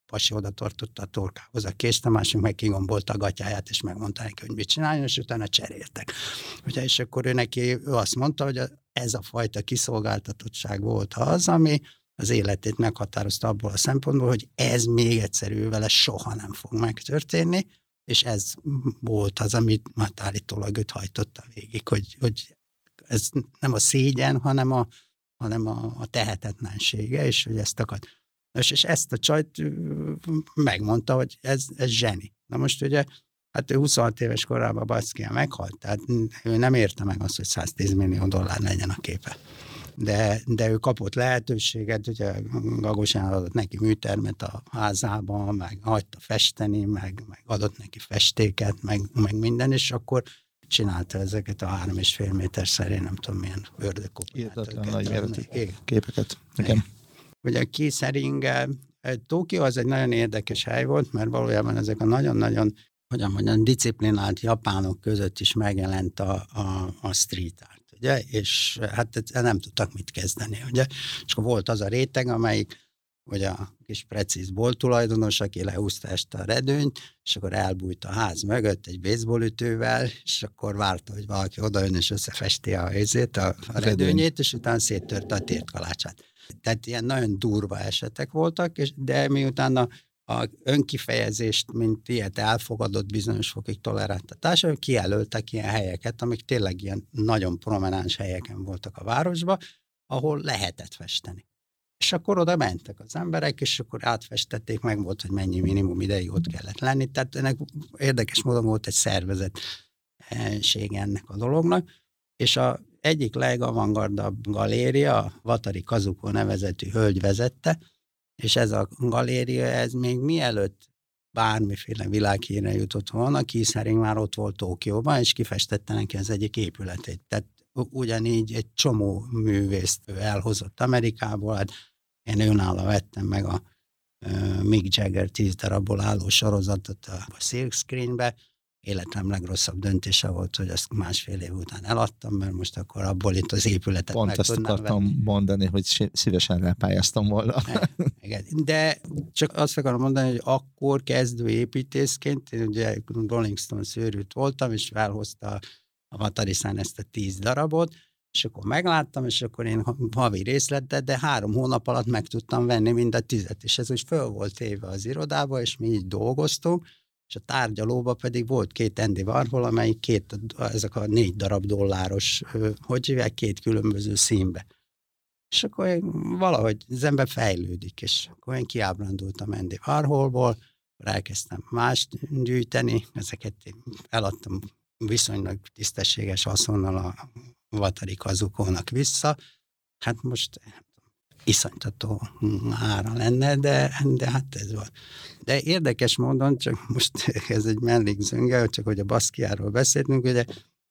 [SPEAKER 2] pasi oda tartotta a torkához a kést, a másik meg kigombolta a gatyáját, és megmondta neki, hogy mit csináljon, és utána cseréltek. Ugye, és akkor ő azt mondta, hogy ez a fajta kiszolgáltatottság volt az, ami az életét meghatározta abból a szempontból, hogy ez még egyszer vele soha nem fog megtörténni, és ez volt az, amit már állítólag őt hajtotta végig, hogy ez nem a szégyen, hanem a tehetetlensége, és hogy ezt akad. És ezt a csajt megmondta, hogy ez zseni. Na most ugye, hát ő 26 éves korában Basquiat meghalt, tehát ő nem érte meg azt, hogy $110 millió legyen a képe. De ő kapott lehetőséget, ugye Gagosian adott neki műtermet a házában, meg hagyta festeni, meg adott neki festéket, meg minden, és akkor csinálta ezeket a 3,5 méter szerint, nem tudom milyen ördögkopulát.
[SPEAKER 3] Írtatlan nagy méretű képeket. Igen.
[SPEAKER 2] Ugye Keiseringe, Tokió az egy nagyon érdekes hely volt, mert valójában ezek a nagyon-nagyon, hogyan mondjam, disziplinált japánok között is megjelent a street art, ugye, és hát nem tudtak mit kezdeni, ugye, és akkor volt az a réteg, amelyik vagy a kis precíz bolt tulajdonos, aki lehúzta este a redőnyt, és akkor elbújt a ház mögött egy baseballütővel, és akkor várta, hogy valaki odajön és összefesti a redőnyét, és utána széttörte a térkalácsát. Tehát ilyen nagyon durva esetek voltak, de miután a önkifejezést, mint ilyet elfogadott bizonyos fokig toleráltatás, kijelöltek ilyen helyeket, amik tényleg ilyen nagyon prominens helyeken voltak a városban, ahol lehetett festeni. És akkor oda mentek az emberek, és akkor átfestették, meg volt, hogy mennyi minimum ideig ott kellett lenni. Tehát ennek érdekes módon volt egy szervezettség ennek a dolognak, és a egyik legavantgardabb galéria, a Watari Kazuko nevezetű hölgy vezette, és ez a galéria, ez még mielőtt bármiféle világhírre jutott volna, Keisering már ott volt Tokióban, és kifestette neki az egyik épületét. Tehát ugyanígy egy csomó művészt elhozott Amerikából, hát én önállóan vettem meg a Mick Jagger 10 darabból álló sorozatot a silk screenbe. Életem legrosszabb döntése volt, hogy azt 1,5 év után eladtam, mert most akkor abból itt az épületet
[SPEAKER 3] pont
[SPEAKER 2] meg tudnám venni.
[SPEAKER 3] Pont ezt akartam mondani, hogy szívesen rápályáztam volna.
[SPEAKER 2] De csak azt akarom mondani, hogy akkor kezdő építészként, én ugye Rolling Stone szőrűt voltam, és felhozta a Watari-san ezt a 10 darabot, és akkor megláttam, és akkor én havi részletet, de 3 hónap alatt meg tudtam venni mind a 10, és ez úgy föl volt éve az irodába, és mi így dolgoztunk, és a tárgyalóban pedig volt 2 Andy Warhol, amelyik ezek a 4 darab dolláros, hogy hívják, 2 különböző színbe. És akkor valahogy az ember fejlődik, és akkor én kiábrándultam Andy Warholból, elkezdtem mást gyűjteni, ezeket eladtam viszonylag tisztességes haszonnal a Watari Kazukónak vissza. Hát most iszonytató ára lenne, de hát ez van. De érdekes módon, csak most ez egy mellékzönge, csak hogy a Basquiatról beszéltünk, ugye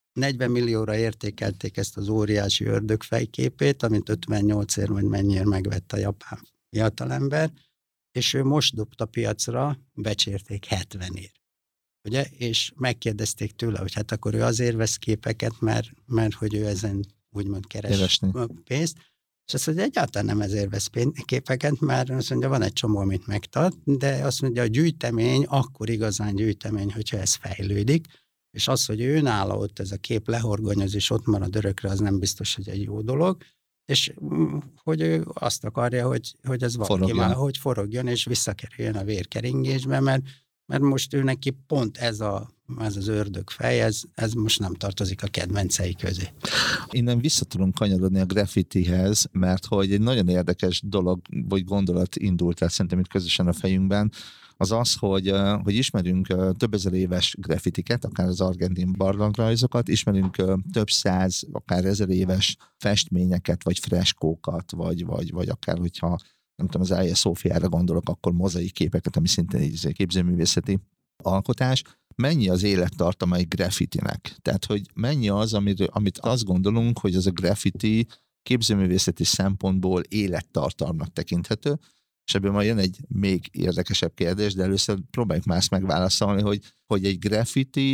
[SPEAKER 2] 40 millióra értékelték ezt az óriási ördögfejképét, amit 58-ért vagy mennyiért megvett a japán fiatalember, és ő most dobta piacra, becsérték 70-ért. Ugye? És megkérdezték tőle, hogy hát akkor ő azért vesz képeket, mert hogy ő ezen úgymond keres pénzt. És azt mondja, egyáltalán nem ezért vesz képeket, mert azt mondja, van egy csomó, amit megtart, de azt mondja, a gyűjtemény akkor igazán gyűjtemény, hogyha ez fejlődik, és az, hogy ő nála ott ez a kép lehorgonyoz, és ott marad örökre, az nem biztos, hogy egy jó dolog, és hogy ő azt akarja, hogy ez valaki már, hogy forogjon, és visszakerüljön a vérkeringésbe, mert most ő neki pont ez az ördögfej, ez most nem tartozik a kedvencei közé.
[SPEAKER 3] Innen vissza tudunk kanyarodni a graffitihez, mert hogy egy nagyon érdekes dolog, vagy gondolat indult el szerintem itt közösen a fejünkben, az, hogy ismerünk több ezer éves graffitiket, akár az argentin barlangrajzokat, ismerünk több száz, akár 1000 éves festményeket, vagy freskókat, vagy akár, hogyha nem tudom, az Hagia Sophiára gondolok, akkor mozaik képeket, ami szintén egy képzőművészeti alkotás. Mennyi az élettartama egy graffitinek? Tehát, hogy mennyi az, amit azt gondolunk, hogy az a graffiti képzőművészeti szempontból élettartalmak tekinthető, és ebből majd jön egy még érdekesebb kérdés, de először próbáljuk más megválaszolni, hogy egy graffiti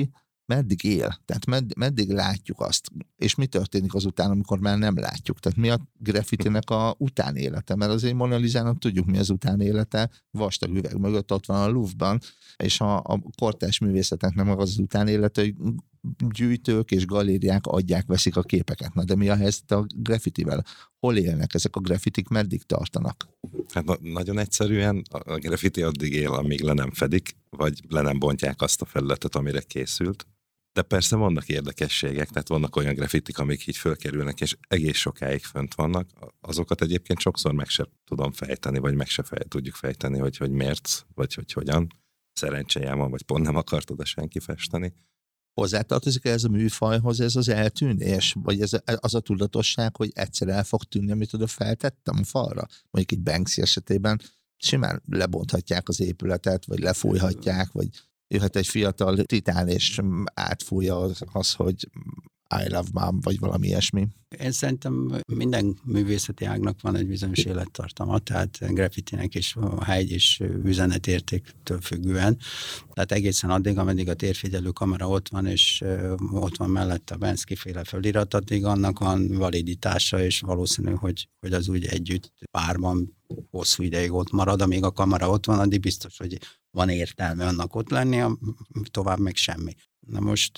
[SPEAKER 3] meddig él? Tehát meddig látjuk azt? És mi történik azután, amikor már nem látjuk? Tehát mi a graffitinek a utánélete? Mert azért Mona Lisának tudjuk, mi az utánélete. Vastag üveg mögött ott van a Louvre-ban, és a kortárs művészeteknek meg az utánélete, hogy gyűjtők és galériák veszik a képeket. Na, de mi a helyzet a graffitivel? Hol élnek ezek a graffitik, meddig tartanak?
[SPEAKER 1] Hát nagyon egyszerűen a graffiti addig él, amíg le nem fedik, vagy le nem bontják azt a felületet, amire készült. De persze vannak érdekességek, tehát vannak olyan graffitik, amik így fölkerülnek, és egész sokáig fönt vannak. Azokat egyébként sokszor meg se tudom fejteni, vagy meg se tudjuk fejteni, hogy miért, vagy hogy hogyan. Szerencséje van, vagy pont nem akart oda senki festeni.
[SPEAKER 3] Hozzátartozik ez a műfajhoz ez az eltűnés? Vagy ez az a tudatosság, hogy egyszer el fog tűnni, amit oda feltettem a falra? Mondjuk egy Banksy esetében simán lebonthatják az épületet, vagy lefújhatják, vagy jöhet egy fiatal titán, és átfújja az, hogy I love mom, vagy valami ilyesmi.
[SPEAKER 2] Én szerintem minden művészeti ágnak van egy bizonyos élettartama, tehát graffitinek is a hely és üzenetértéktől függően. Tehát egészen addig, ameddig a térfigyelő kamera ott van, és ott van mellette a Banksy-féle felirat, addig annak van validitása, és valószínű, hogy az úgy együtt párban hosszú ideig ott marad, amíg a kamera ott van, addig biztos, hogy van értelme annak ott lenni, tovább meg semmi. Na most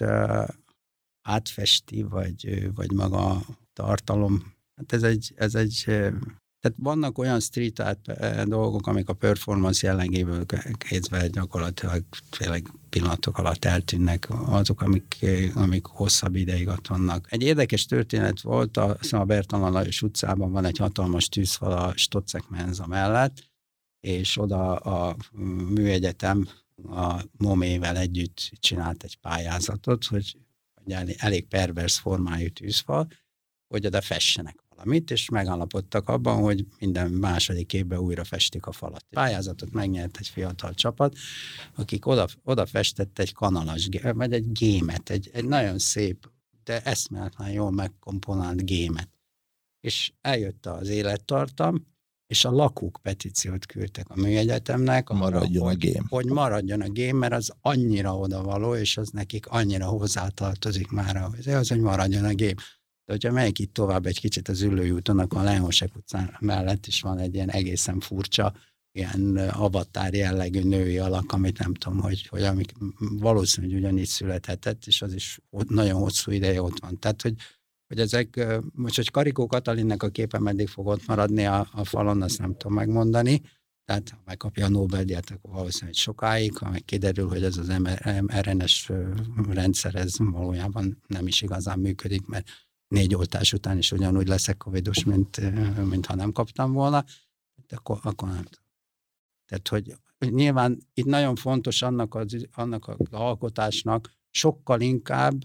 [SPEAKER 2] átfesti, vagy maga a tartalom. Hát ez egy tehát vannak olyan street art dolgok, amik a performance jellegéből kézve gyakorlatilag tényleg pillanatok alatt eltűnnek, azok, amik hosszabb ideig ott vannak. Egy érdekes történet volt, a Bertalan Lajos utcában van egy hatalmas tűzfal a Stoczek menza mellett, és oda a műegyetem a MOMÉ-vel együtt csinált egy pályázatot, hogy elég pervers formájú tűzfal, hogy oda fessenek valamit, és megállapodtak abban, hogy minden második évben újra festik a falat. A pályázatot megnyert egy fiatal csapat, akik oda festett egy kanalas, vagy egy gémet, egy nagyon szép, de eszméletlen jól megkomponált gémet. És eljött az élettartam, és a lakók petíciót küldtek a műegyetemnek, hogy maradjon a gém, mert az annyira odavaló, és az nekik annyira hozzátartozik már az, hogy maradjon a gém. De hogyha megyek itt tovább egy kicsit az Üllői úton, akkor a Leonsek utcán mellett is van egy ilyen egészen furcsa, ilyen avatár jellegű női alak, amit nem tudom, hogy amik valószínűleg ugyanígy születhetett, és az is nagyon hosszú ideje ott van. Tehát, hogy ezek, most, hogy Karikó Katalinnek a képe meddig fog ott maradni a falon, azt nem tudom megmondani, tehát ha megkapja a Nobel-díjat, akkor valószínűleg sokáig, ha kiderül, hogy ez az RNS rendszer, ez valójában nem is igazán működik, mert 4 oltás után is ugyanúgy leszek covidos, mint ha nem kaptam volna, akkor nem tudom. Tehát, hogy nyilván itt nagyon fontos annak az alkotásnak sokkal inkább,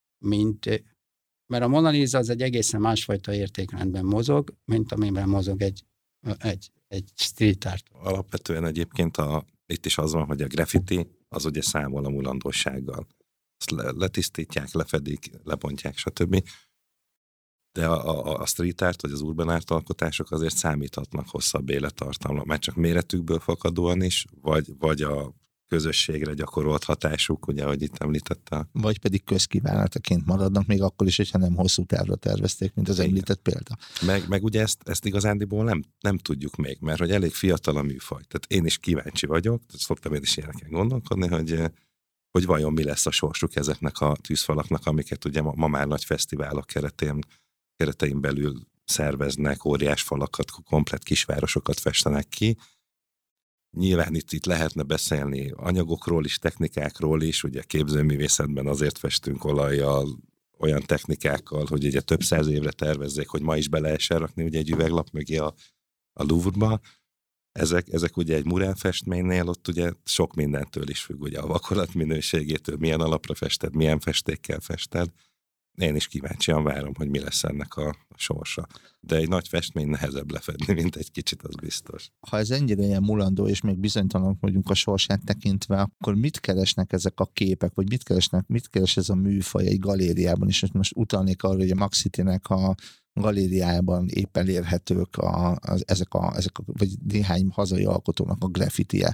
[SPEAKER 2] mert a Mona Lisa az egy egészen másfajta értékrendben mozog, mint amiben mozog egy street art.
[SPEAKER 1] Alapvetően egyébként itt is az van, hogy a graffiti az ugye számol a mulandósággal. Azt letisztítják, lefedik, lebontják, stb. De a street art vagy az urban art alkotások azért számíthatnak hosszabb élettartamra, már csak méretükből fakadóan is, vagy a közösségre gyakorolt hatásuk, ugye, ahogy itt említette.
[SPEAKER 3] Vagy pedig közkívánataként maradnak, még akkor is, hogyha nem hosszú távra tervezték, mint az említett példa.
[SPEAKER 1] Meg ugye ezt igazándiból nem tudjuk még, mert hogy elég fiatal a műfaj. Tehát én is kíváncsi vagyok, szoktam én is ilyeneken gondolkodni, hogy vajon mi lesz a sorsuk ezeknek a tűzfalaknak, amiket ugye ma már nagy fesztiválok keretein belül szerveznek, óriás falakat, komplett kisvárosokat festenek ki. Nyilván itt lehetne beszélni anyagokról is, technikákról is, ugye képzőművészetben azért festünk olajjal, olyan technikákkal, hogy ugye több 100 évre tervezzék, hogy ma is be lehessen rakni ugye egy üveglap mögé a Louvre-ba. Ezek ugye egy Murán festménynél ott ugye sok mindentől is függ, ugye a vakolat minőségétől, milyen alapra fested, milyen festékkel fested. Én is kíváncsian várom, hogy mi lesz ennek a sorsa. De egy nagy festmény nehezebb lefedni, mint egy kicsit, az biztos.
[SPEAKER 3] Ha ez ennyire ilyen mulandó, és még bizonytalanok vagyunk a sorsát tekintve, akkor mit keresnek ezek a képek, vagy mit keres ez a műfaj egy galériában? És most utalnék arra, hogy a Max City-nek a galériájában épp elérhetők ezek vagy néhány hazai alkotónak a graffitije.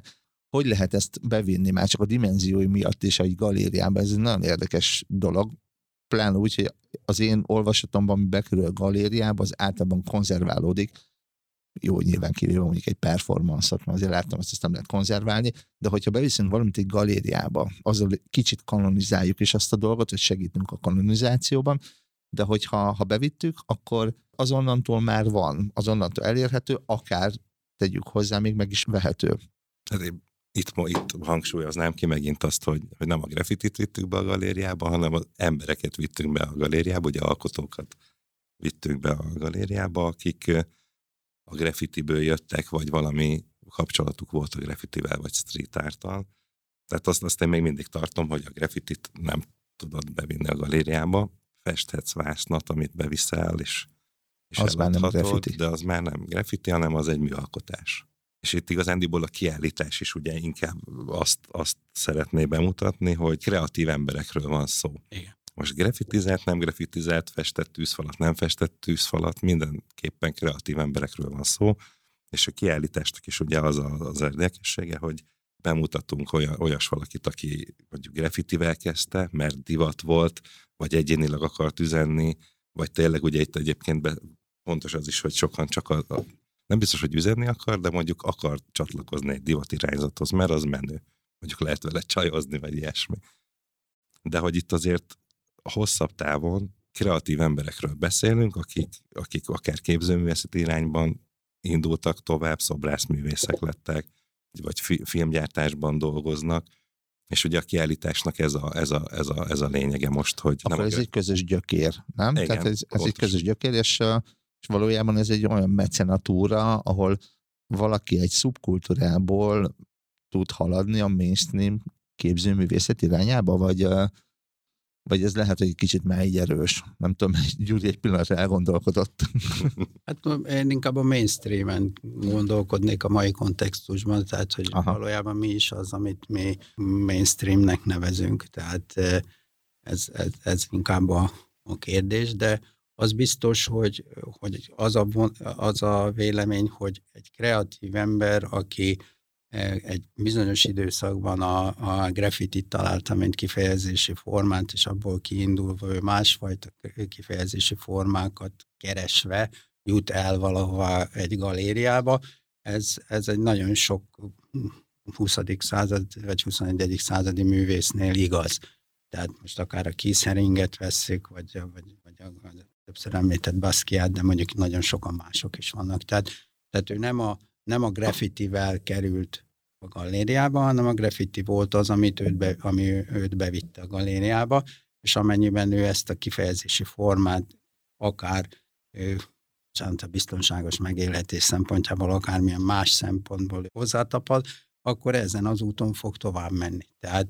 [SPEAKER 3] hogy lehet ezt bevinni már csak a dimenziói miatt is egy galériába. Ez egy nagyon érdekes dolog. Pláne úgy, hogy az én olvasatomban, ami bekerül a galériába, az általában konzerválódik. Jó, nyilván kivéve mondjuk egy performance-ot, mert azért láttam, ezt nem lehet konzerválni, de hogyha beviszünk valamit egy galériába, azzal kicsit kanonizáljuk is azt a dolgot, hogy segítünk a kanonizációban, de hogyha bevittük, akkor azonnantól már van, azonnantól elérhető, akár tegyük hozzá, még meg is vehető.
[SPEAKER 1] Hát itt hangsúlyoznám ki megint azt, hogy nem a graffitit vittük be a galériába, hanem az embereket vittünk be a galériába, ugye alkotókat vittünk be a galériába, akik a graffitiből jöttek, vagy valami kapcsolatuk volt a graffitivel, vagy street art-tal. Tehát azt én még mindig tartom, hogy a graffitit nem tudod bevinni a galériába, festhetsz vásznat, amit beviszel, és
[SPEAKER 3] az már nem graffiti.
[SPEAKER 1] De az már nem graffiti, hanem az egy műalkotás. És itt igazándiból a kiállítás is ugye inkább azt szeretné bemutatni, hogy kreatív emberekről van szó.
[SPEAKER 2] Igen.
[SPEAKER 1] Most graffitizált, nem graffitizált, festett tűzfalat, nem festett tűzfalat, mindenképpen kreatív emberekről van szó, és a kiállításnak is ugye az érdekessége, hogy bemutatunk olyas valakit, aki mondjuk graffitivel kezdte, mert divat volt, vagy egyénileg akart üzenni, vagy tényleg ugye itt egyébként fontos az is, hogy sokan csak nem biztos, hogy üzenni akar, de mondjuk akar csatlakozni egy divatirányzathoz, mert az menő. Mondjuk lehet vele csajozni, vagy ilyesmi. De hogy itt azért a hosszabb távon kreatív emberekről beszélünk, akik akár képzőművészeti irányban indultak tovább, szobrászművészek lettek, vagy filmgyártásban dolgoznak, és ugye a kiállításnak ez a lényege most, hogy...
[SPEAKER 3] Akkor ez egy közös gyökér, nem?
[SPEAKER 1] Igen,
[SPEAKER 3] tehát ez egy közös gyökér, és valójában ez egy olyan mecenatúra, ahol valaki egy szubkultúrából tud haladni a mainstream képzőművészet irányába, vagy ez lehet, hogy egy kicsit már így erős. Nem tudom, Gyuri egy pillanatra elgondolkodott.
[SPEAKER 2] Hát én inkább a mainstreamen gondolkodnék a mai kontextusban, tehát hogy valójában mi is az, amit mi mainstreamnek nevezünk. Tehát ez inkább a kérdés, de az biztos, hogy az a vélemény, hogy egy kreatív ember, aki egy bizonyos időszakban a graffitit találta, mint kifejezési formát, és abból kiindulva ő másfajta kifejezési formákat keresve jut el valahova egy galériába. Ez egy nagyon sok 20. század vagy 21. századi művésznél igaz. Tehát most akár a Keith Haringet vesszük, vagy a többször említett Basquiat, de mondjuk nagyon sokan mások is vannak. Tehát ő nem a graffitivel került a galériába, hanem a graffiti volt az, ami őt bevitte a galériába, és amennyiben ő ezt a kifejezési formát akár a biztonságos megélhetés szempontjából, akármilyen más szempontból hozzátapad, akkor ezen az úton fog tovább menni. Tehát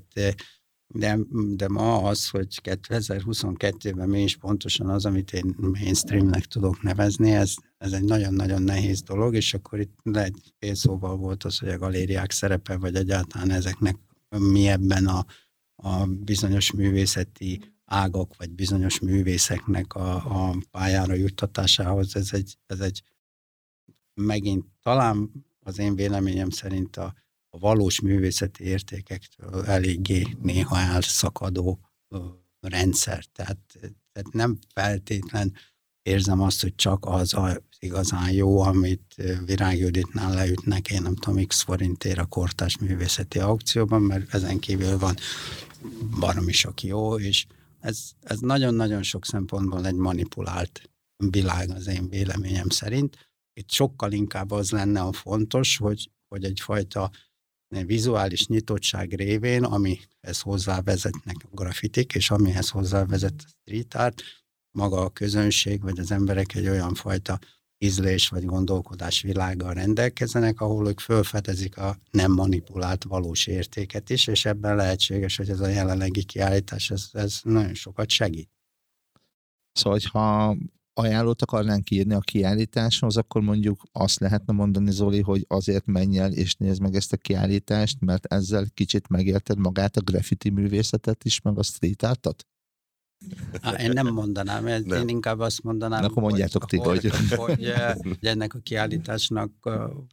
[SPEAKER 2] de ma az, hogy 2022-ben mi is pontosan az, amit én mainstreamnek tudok nevezni, ez egy nagyon-nagyon nehéz dolog, és akkor itt lehet fél szóval volt az, hogy a galériák szerepe, vagy egyáltalán ezeknek mi ebben a bizonyos művészeti ágak, vagy bizonyos művészeknek a pályára juttatásához, ez egy megint talán az én véleményem szerint a valós művészeti értékektől eléggé néha elszakadó rendszer. Tehát nem feltétlen érzem azt, hogy csak az igazán jó, amit Virág Juditnál leütnek, én nem tudom, x forintért a kortárs művészeti aukcióban, mert ezen kívül van baromi sok jó, és ez nagyon-nagyon sok szempontból egy manipulált világ az én véleményem szerint. Itt sokkal inkább az lenne a fontos, hogy egyfajta vizuális nyitottság révén, amihez hozzávezetnek a graffitik, és amihez hozzávezet a street art, maga a közönség, vagy az emberek egy olyan fajta ízlés vagy gondolkodás világgal rendelkezzenek, ahol ők felfedezik a nem manipulált valós értéket is, és ebben lehetséges, hogy ez a jelenlegi kiállítás, ez nagyon sokat segít.
[SPEAKER 3] Szóval, ha ajánlót akarnánk írni a kiállításhoz, akkor mondjuk azt lehetne mondani, Zoli, hogy azért menj el és nézd meg ezt a kiállítást, mert ezzel kicsit megérted magát a graffiti művészetet is, meg a street artot?
[SPEAKER 2] Én nem mondanám, én inkább azt mondanám,
[SPEAKER 3] akkor mondjátok ti,
[SPEAKER 2] hogy ennek a kiállításnak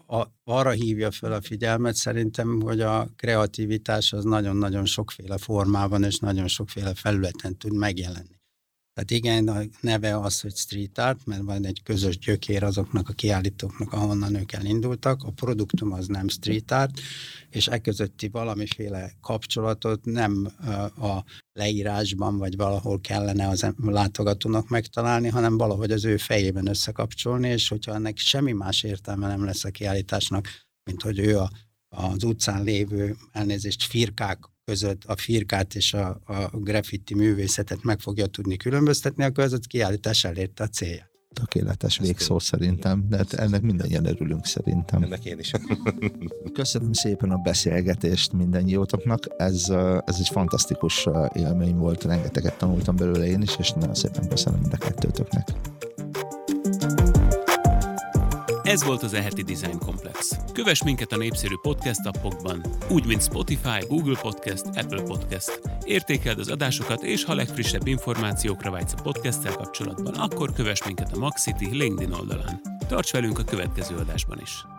[SPEAKER 2] arra hívja fel a figyelmet szerintem, hogy a kreativitás az nagyon-nagyon sokféle formában és nagyon sokféle felületen tud megjelenni. Tehát igen, a neve az, hogy street art, mert van egy közös gyökér azoknak a kiállítóknak, ahonnan ők elindultak. A produktum az nem street art, és közötti valamiféle kapcsolatot nem a leírásban, vagy valahol kellene az látogatónak megtalálni, hanem valahogy az ő fejében összekapcsolni, és hogyha ennek semmi más értelme nem lesz a kiállításnak, mint hogy ő az utcán lévő, elnézést, firkák között a firkát és a graffiti művészetet meg fogja tudni különböztetni, akkor ez a kiállítás elérte a célját.
[SPEAKER 3] Tökéletes végszó szerintem, de ennek mindannyian örülünk szerintem.
[SPEAKER 1] Ennek én is.
[SPEAKER 3] Köszönöm szépen a beszélgetést mindannyiótoknak, ez egy fantasztikus élmény volt, rengeteget tanultam belőle én is, és nagyon szépen köszönöm mind a kettőtöknek.
[SPEAKER 4] Ez volt az E-heti Design Komplex. Kövess minket a népszerű podcast appokban, úgy mint Spotify, Google Podcast, Apple Podcast. Értékeld az adásokat, és ha legfrissebb információkra vágysz a podcasttel kapcsolatban, akkor kövess minket a Maxity LinkedIn oldalán. Tarts velünk a következő adásban is!